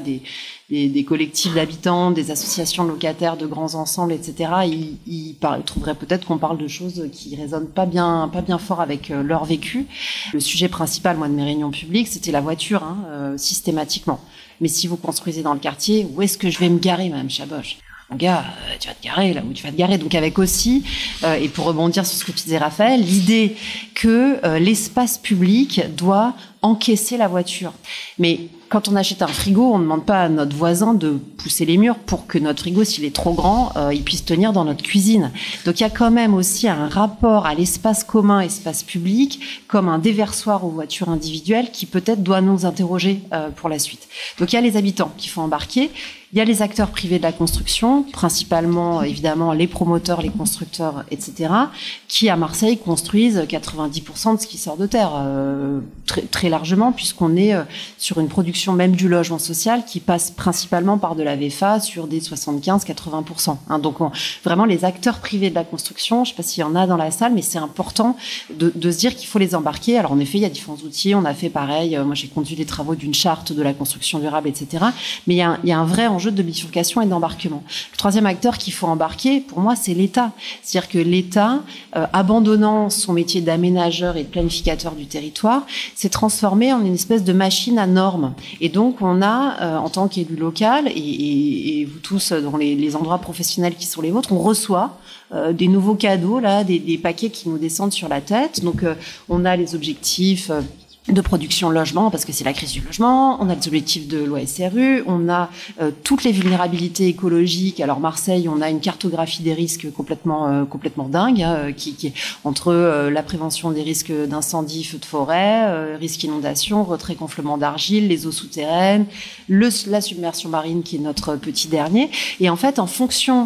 des collectifs d'habitants, des associations de locataires, de grands ensembles, etc., ils trouveraient peut-être qu'on parle de choses qui résonnent pas bien fort avec leur vécu. Le sujet principal, moi, de mes réunions publiques, c'était la voiture, systématiquement. Mais si vous construisez dans le quartier, où est-ce que je vais me garer, Madame Chaboche ? Mon gars, tu vas te garer là où tu vas te garer. Donc avec aussi, et pour rebondir sur ce que tu disais, Raphaël, l'idée que l'espace public doit encaisser la voiture. Mais quand on achète un frigo, on ne demande pas à notre voisin de pousser les murs pour que notre frigo, s'il est trop grand, il puisse tenir dans notre cuisine. Donc il y a quand même aussi un rapport à l'espace commun, espace public, comme un déversoir aux voitures individuelles qui peut-être doit nous interroger pour la suite. Donc il y a les habitants qu'il faut embarquer. Il y a les acteurs privés de la construction, principalement évidemment les promoteurs, les constructeurs, etc., qui à Marseille construisent 90% de ce qui sort de terre, très, très largement, puisqu'on est sur une production même du logement social qui passe principalement par de la VFA sur des 75-80%. Donc vraiment les acteurs privés de la construction, je ne sais pas s'il y en a dans la salle, mais c'est important de se dire qu'il faut les embarquer. Alors en effet, il y a différents outils, on a fait pareil, moi j'ai conduit les travaux d'une charte de la construction durable, etc., mais il y a un vrai enjeu de bifurcation et d'embarquement. Le troisième acteur qu'il faut embarquer, pour moi, c'est l'État. C'est-à-dire que l'État, abandonnant son métier d'aménageur et de planificateur du territoire, s'est transformé en une espèce de machine à normes. Et donc, on a, en tant qu'élu local, et vous tous, dans les endroits professionnels qui sont les vôtres, on reçoit des nouveaux cadeaux, là, des paquets qui nous descendent sur la tête. Donc, on a les objectifs de production de logement, parce que c'est la crise du logement, on a les objectifs de loi SRU, on a toutes les vulnérabilités écologiques. Alors Marseille, on a une cartographie des risques complètement dingue, qui est entre la prévention des risques d'incendie, feux de forêt, risques d'inondation, retrait gonflement d'argile, les eaux souterraines, la submersion marine qui est notre petit dernier. Et en fait, en fonction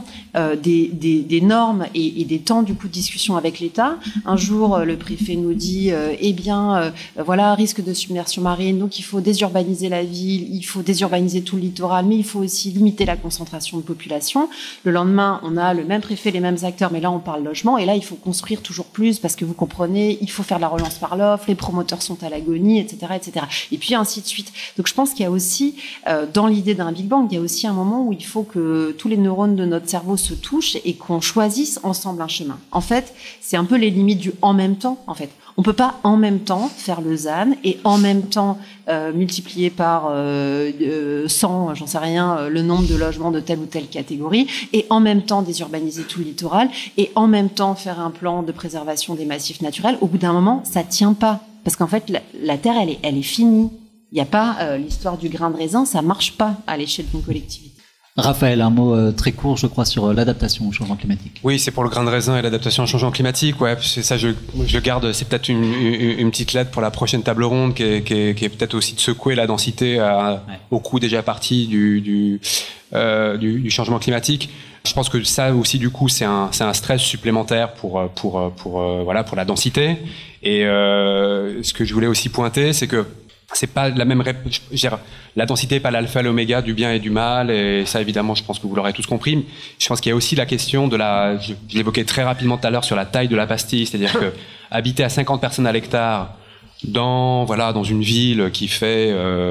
des normes et des temps du coup de discussion avec l'État, un jour le préfet nous dit voilà, a risque de submersion marine, donc il faut désurbaniser la ville, il faut désurbaniser tout le littoral, mais il faut aussi limiter la concentration de population. Le lendemain, on a le même préfet, les mêmes acteurs, mais là on parle logement, et là il faut construire toujours plus, parce que vous comprenez, il faut faire de la relance par l'offre, les promoteurs sont à l'agonie, etc., etc. Et puis ainsi de suite. Donc je pense qu'il y a aussi, dans l'idée d'un Big Bang, il y a aussi un moment où il faut que tous les neurones de notre cerveau se touchent et qu'on choisisse ensemble un chemin. En fait, c'est un peu les limites du en même temps, en fait. On peut pas en même temps faire le ZAN et en même temps multiplier par 100, j'en sais rien, le nombre de logements de telle ou telle catégorie, et en même temps désurbaniser tout le littoral, et en même temps faire un plan de préservation des massifs naturels. Au bout d'un moment, ça tient pas. Parce qu'en fait, la Terre, elle est finie. Il n'y a pas l'histoire du grain de raisin, ça marche pas à l'échelle d'une collectivité. Raphaël, un mot très court, je crois, sur l'adaptation au changement climatique. Oui, c'est pour le grain de raisin et l'adaptation au changement climatique. Ouais, c'est ça, je garde. C'est peut-être une petite lettre pour la prochaine table ronde qui est peut-être aussi de secouer la densité au coup déjà parti du changement climatique. Je pense que ça aussi, du coup, c'est un stress supplémentaire pour la densité. Et ce que je voulais aussi pointer, c'est que c'est pas la même la densité n'est pas l'alpha et l'oméga du bien et du mal, et ça évidemment je pense que vous l'aurez tous compris. Je pense qu'il y a aussi la question de je l'évoquais très rapidement tout à l'heure sur la taille de la pastille, c'est-à-dire que habiter à 50 personnes à l'hectare dans une ville qui fait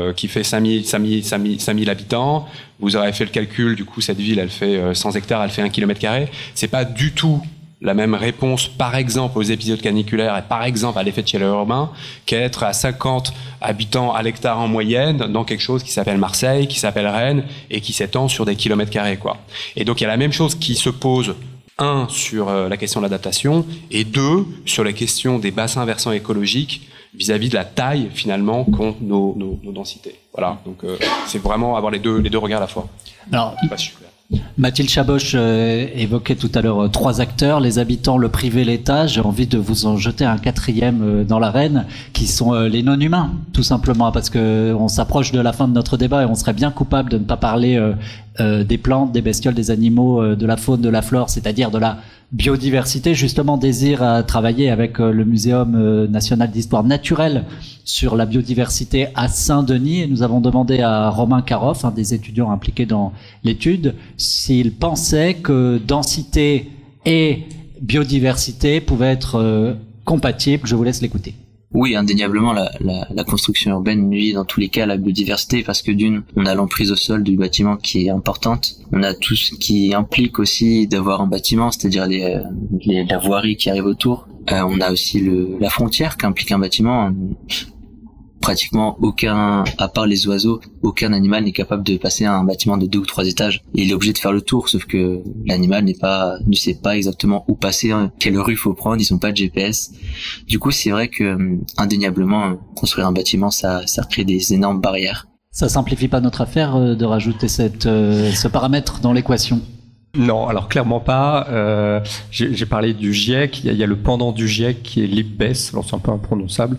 5000 habitants, vous aurez fait le calcul, du coup cette ville elle fait 100 hectares, elle fait 1 km², c'est pas du tout la même réponse, par exemple, aux épisodes caniculaires et par exemple à l'effet de chaleur urbain, qu'être à 50 habitants à l'hectare en moyenne dans quelque chose qui s'appelle Marseille, qui s'appelle Rennes et qui s'étend sur des kilomètres-carrés, quoi. Et donc, il y a la même chose qui se pose, un, sur la question de l'adaptation et deux, sur la question des bassins versants écologiques vis-à-vis de la taille, finalement, qu'ont nos densités. Voilà. Donc, c'est vraiment avoir les deux regards à la fois. Alors, c'est pas super. Mathilde Chaboch évoquait tout à l'heure 3 acteurs, les habitants, le privé, l'État. J'ai envie de vous en jeter un 4e dans l'arène, qui sont les non-humains, tout simplement, parce que on s'approche de la fin de notre débat et on serait bien coupable de ne pas parler des plantes, des bestioles, des animaux, de la faune, de la flore, c'est-à-dire de la biodiversité. Justement, Désir a travaillé avec le Muséum national d'histoire naturelle sur la biodiversité à Saint-Denis, et nous avons demandé à Romain Caroff, un des étudiants impliqués dans l'étude, s'il pensait que densité et biodiversité pouvaient être compatibles. Je vous laisse l'écouter. Oui, indéniablement, la construction urbaine nuit dans tous les cas à la biodiversité, parce que d'une, on a l'emprise au sol du bâtiment qui est importante, on a tout ce qui implique aussi d'avoir un bâtiment, c'est-à-dire la voirie qui arrive autour, on a aussi la frontière qu'implique un bâtiment. Pratiquement aucun, à part les oiseaux, aucun animal n'est capable de passer un bâtiment de 2 ou 3 étages. Et il est obligé de faire le tour, sauf que l'animal ne sait pas exactement où passer, quelle rue faut prendre, ils ont pas de GPS. Du coup, c'est vrai que, indéniablement, construire un bâtiment, ça crée des énormes barrières. Ça simplifie pas notre affaire de rajouter ce paramètre dans l'équation? Non, alors clairement pas. J'ai parlé du GIEC. Il y a le pendant du GIEC qui est l'IPBES, alors c'est un peu imprononçable,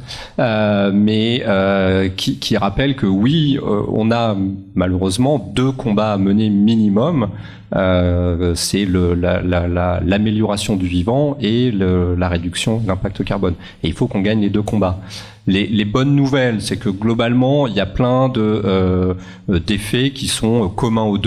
mais qui rappelle que oui, on a malheureusement 2 combats à mener minimum. C'est l'amélioration du vivant et la réduction de l'impact carbone. Et il faut qu'on gagne les 2 combats. Les bonnes nouvelles, c'est que globalement, il y a plein d'effets qui sont communs aux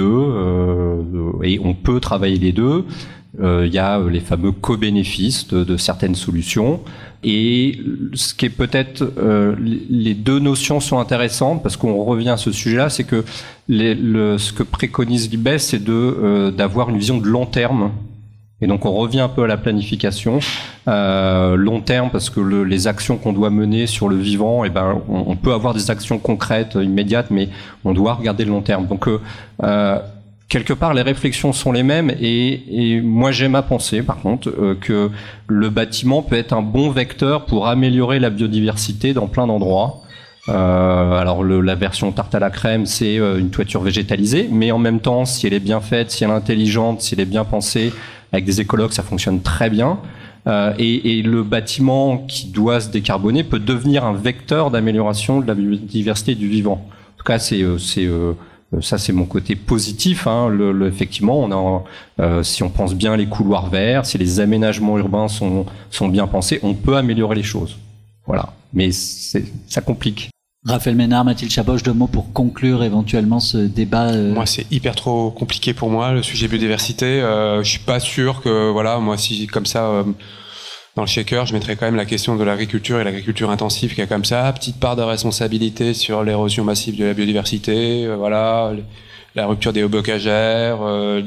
2, et on peut travailler les 2. Il y a les fameux co-bénéfices de certaines solutions. Et ce qui est peut-être, les 2 notions sont intéressantes parce qu'on revient à ce sujet-là, c'est que ce que préconise l'IBES, c'est d'avoir une vision de long terme. Et donc on revient un peu à la planification long terme, parce que les actions qu'on doit mener sur le vivant, on peut avoir des actions concrètes immédiates, mais on doit regarder le long terme. Donc quelque part les réflexions sont les mêmes, et moi j'aime à penser par contre que le bâtiment peut être un bon vecteur pour améliorer la biodiversité dans plein d'endroits. Alors la version tarte à la crème, c'est une toiture végétalisée, mais en même temps, si elle est bien faite, si elle est intelligente, si elle est bien pensée, avec des écologues, ça fonctionne très bien. Et le bâtiment qui doit se décarboner peut devenir un vecteur d'amélioration de la biodiversité du vivant. En tout cas, ça c'est mon côté positif. Effectivement, si on pense bien les couloirs verts, si les aménagements urbains sont bien pensés, on peut améliorer les choses. Voilà. mais ça complique. Raphaël Ménard, Mathilde Chaboche, 2 mots pour conclure éventuellement ce débat. Moi, c'est hyper trop compliqué pour moi, le sujet biodiversité. Je suis pas sûr que, voilà, moi, si comme ça, dans le shaker, je mettrais quand même la question de l'agriculture et l'agriculture intensive qui a comme ça, petite part de responsabilité sur l'érosion massive de la biodiversité, voilà, la rupture des hauts bocagères,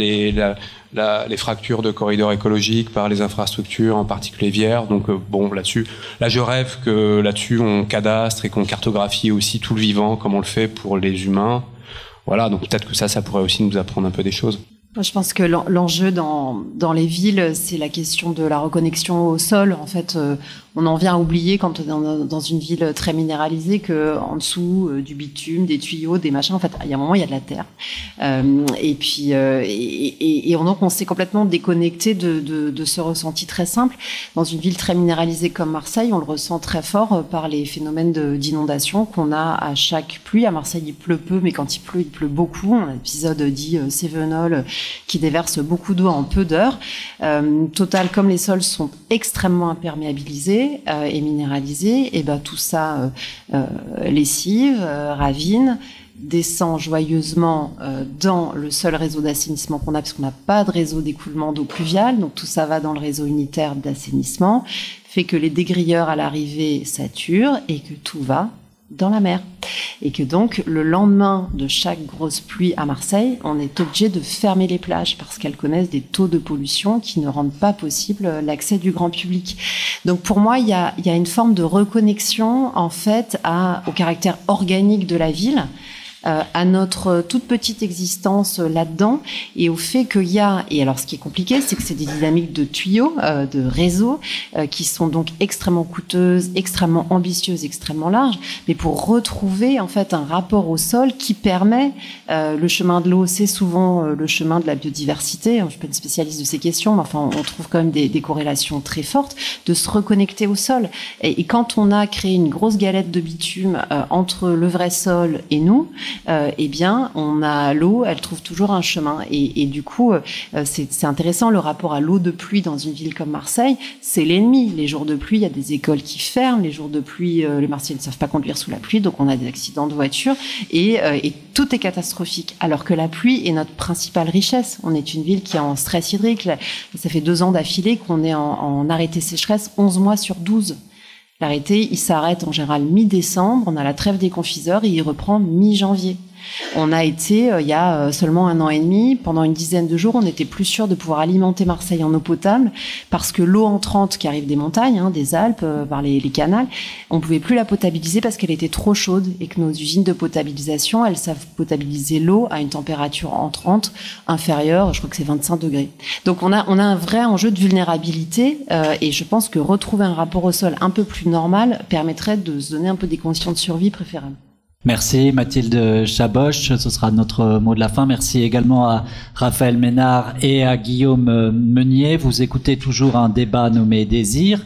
les fractures de corridors écologiques par les infrastructures, en particulier vières. Donc bon, là, je rêve que là-dessus on cadastre et qu'on cartographie aussi tout le vivant comme on le fait pour les humains. Voilà, donc peut-être que ça pourrait aussi nous apprendre un peu des choses. Moi, je pense que l'enjeu dans les villes, c'est la question de la reconnexion au sol. En fait, on en vient à oublier quand on est dans une ville très minéralisée que en dessous du bitume, des tuyaux, des machins, en fait, il y a un moment, il y a de la terre. Et puis, donc, on s'est complètement déconnecté de ce ressenti très simple. Dans une ville très minéralisée comme Marseille, on le ressent très fort par les phénomènes d'inondation qu'on a à chaque pluie. À Marseille, il pleut peu, mais quand il pleut beaucoup. On a l'épisode dit Cévenol qui déverse beaucoup d'eau en peu d'heures. Total, comme les sols sont extrêmement imperméabilisés et minéralisés, et ben tout ça lessive, ravine, descend joyeusement dans le seul réseau d'assainissement qu'on a, parce qu'on n'a pas de réseau d'écoulement d'eau pluviale, donc tout ça va dans le réseau unitaire d'assainissement, fait que les dégrilleurs à l'arrivée saturent et que tout va dans la mer. Et que donc, le lendemain de chaque grosse pluie à Marseille, on est obligé de fermer les plages parce qu'elles connaissent des taux de pollution qui ne rendent pas possible l'accès du grand public. Donc pour moi, il y a une forme de reconnexion en fait au caractère organique de la ville, à notre toute petite existence là-dedans, et au fait qu'il y a, et alors ce qui est compliqué, c'est que c'est des dynamiques de tuyaux, de réseaux, qui sont donc extrêmement coûteuses, extrêmement ambitieuses, extrêmement larges, mais pour retrouver en fait un rapport au sol qui permet, le chemin de l'eau, c'est souvent le chemin de la biodiversité, je suis pas une spécialiste de ces questions, mais enfin on trouve quand même des corrélations très fortes, de se reconnecter au sol. Et quand on a créé une grosse galette de bitume entre le vrai sol et nous, eh bien, l'eau, elle trouve toujours un chemin. Et du coup, c'est intéressant, le rapport à l'eau de pluie dans une ville comme Marseille, c'est l'ennemi. Les jours de pluie, il y a des écoles qui ferment. Les jours de pluie, les Marseillais ne savent pas conduire sous la pluie, donc on a des accidents de voiture. Et tout est catastrophique. Alors que la pluie est notre principale richesse. On est une ville qui est en stress hydrique. Ça fait 2 ans d'affilée qu'on est en arrêté sécheresse 11 mois sur 12. L'arrêté, il s'arrête en général mi-décembre, on a la trêve des confiseurs et il reprend mi-janvier. On a été, il y a seulement 1 an et demi, pendant une dizaine de jours, on était plus sûr de pouvoir alimenter Marseille en eau potable parce que l'eau entrante qui arrive des montagnes, des Alpes, par les canals, on pouvait plus la potabiliser parce qu'elle était trop chaude et que nos usines de potabilisation, elles savent potabiliser l'eau à une température entrante inférieure, je crois que c'est 25 degrés. Donc on a un vrai enjeu de vulnérabilité et je pense que retrouver un rapport au sol un peu plus normal permettrait de se donner un peu des conditions de survie préférables. Merci Mathilde Chaboche, ce sera notre mot de la fin. Merci également à Raphaël Ménard et à Guillaume Meunier. Vous écoutez toujours un débat nommé Désir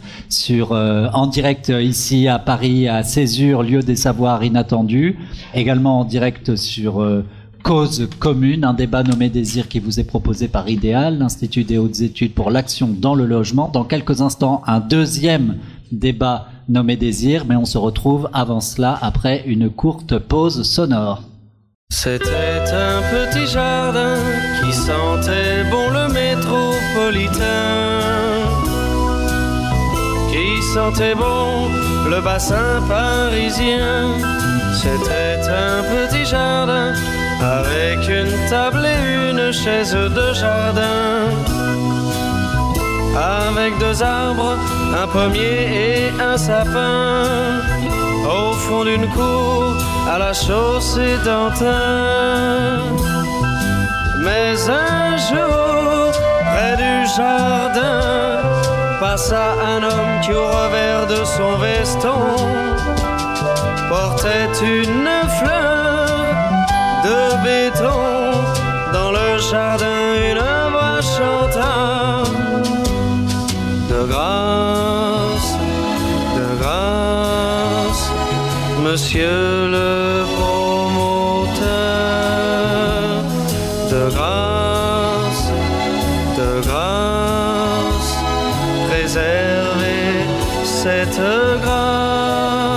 en direct ici à Paris, à Césure, lieu des savoirs inattendus. Également en direct sur Cause commune, un débat nommé Désir qui vous est proposé par Idéal, l'Institut des hautes études pour l'action dans le logement. Dans quelques instants, un deuxième débat nommé Désir, mais on se retrouve avant cela après une courte pause sonore. C'était un petit jardin qui sentait bon le métropolitain, qui sentait bon le bassin parisien. C'était un petit jardin avec une table et une chaise de jardin, avec 2 arbres, un pommier et un sapin, au fond d'une cour à la chaussée d'Antin. Mais un jour, près du jardin, passa un homme qui, au revers de son veston, portait une fleur de béton. Dans le jardin, une voix chanta: de grâce, monsieur le promoteur, de grâce, préservez cette grâce.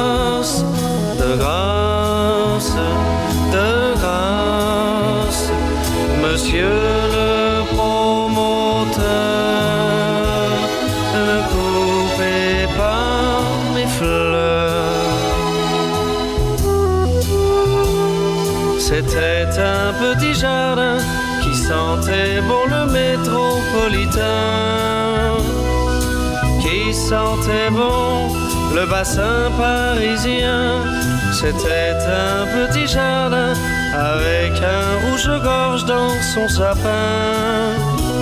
C'était un petit jardin qui sentait bon le métropolitain, qui sentait bon le bassin parisien. C'était un petit jardin avec un rouge-gorge dans son sapin,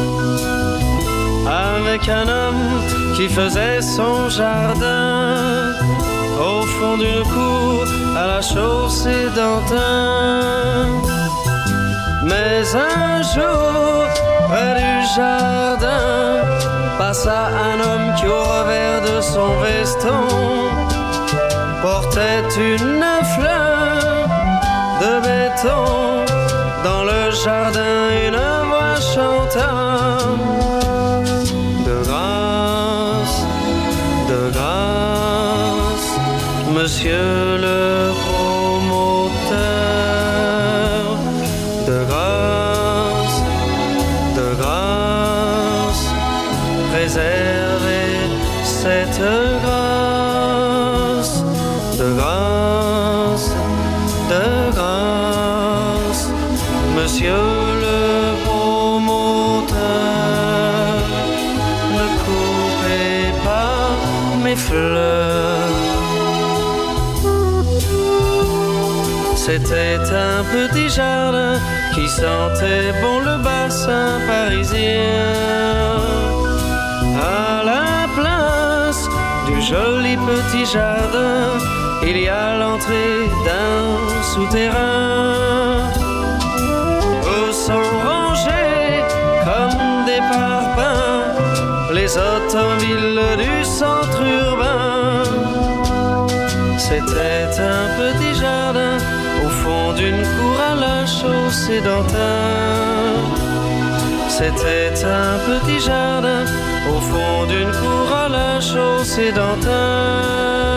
avec un homme qui faisait son jardin au fond d'une cour à la chaussée d'Antin. Mais un jour, près du jardin, passa un homme qui au revers de son veston portait une fleur de béton. Dans le jardin, une voix chanta: de grâce, monsieur le promoteur, de grâce, préservez cette grâce, de grâce, monsieur le promoteur, ne coupez pas mes fleurs. C'était un petit jardin qui sentait bon le bassin parisien. À la place du joli petit jardin, il y a l'entrée d'un souterrain où sont rangés comme des parpaings les automobiles du centre urbain. C'était un petit jardin au fond d'une cour à la chaussée d'Antin. C'était un petit jardin au fond d'une cour à la chaussée d'Antin.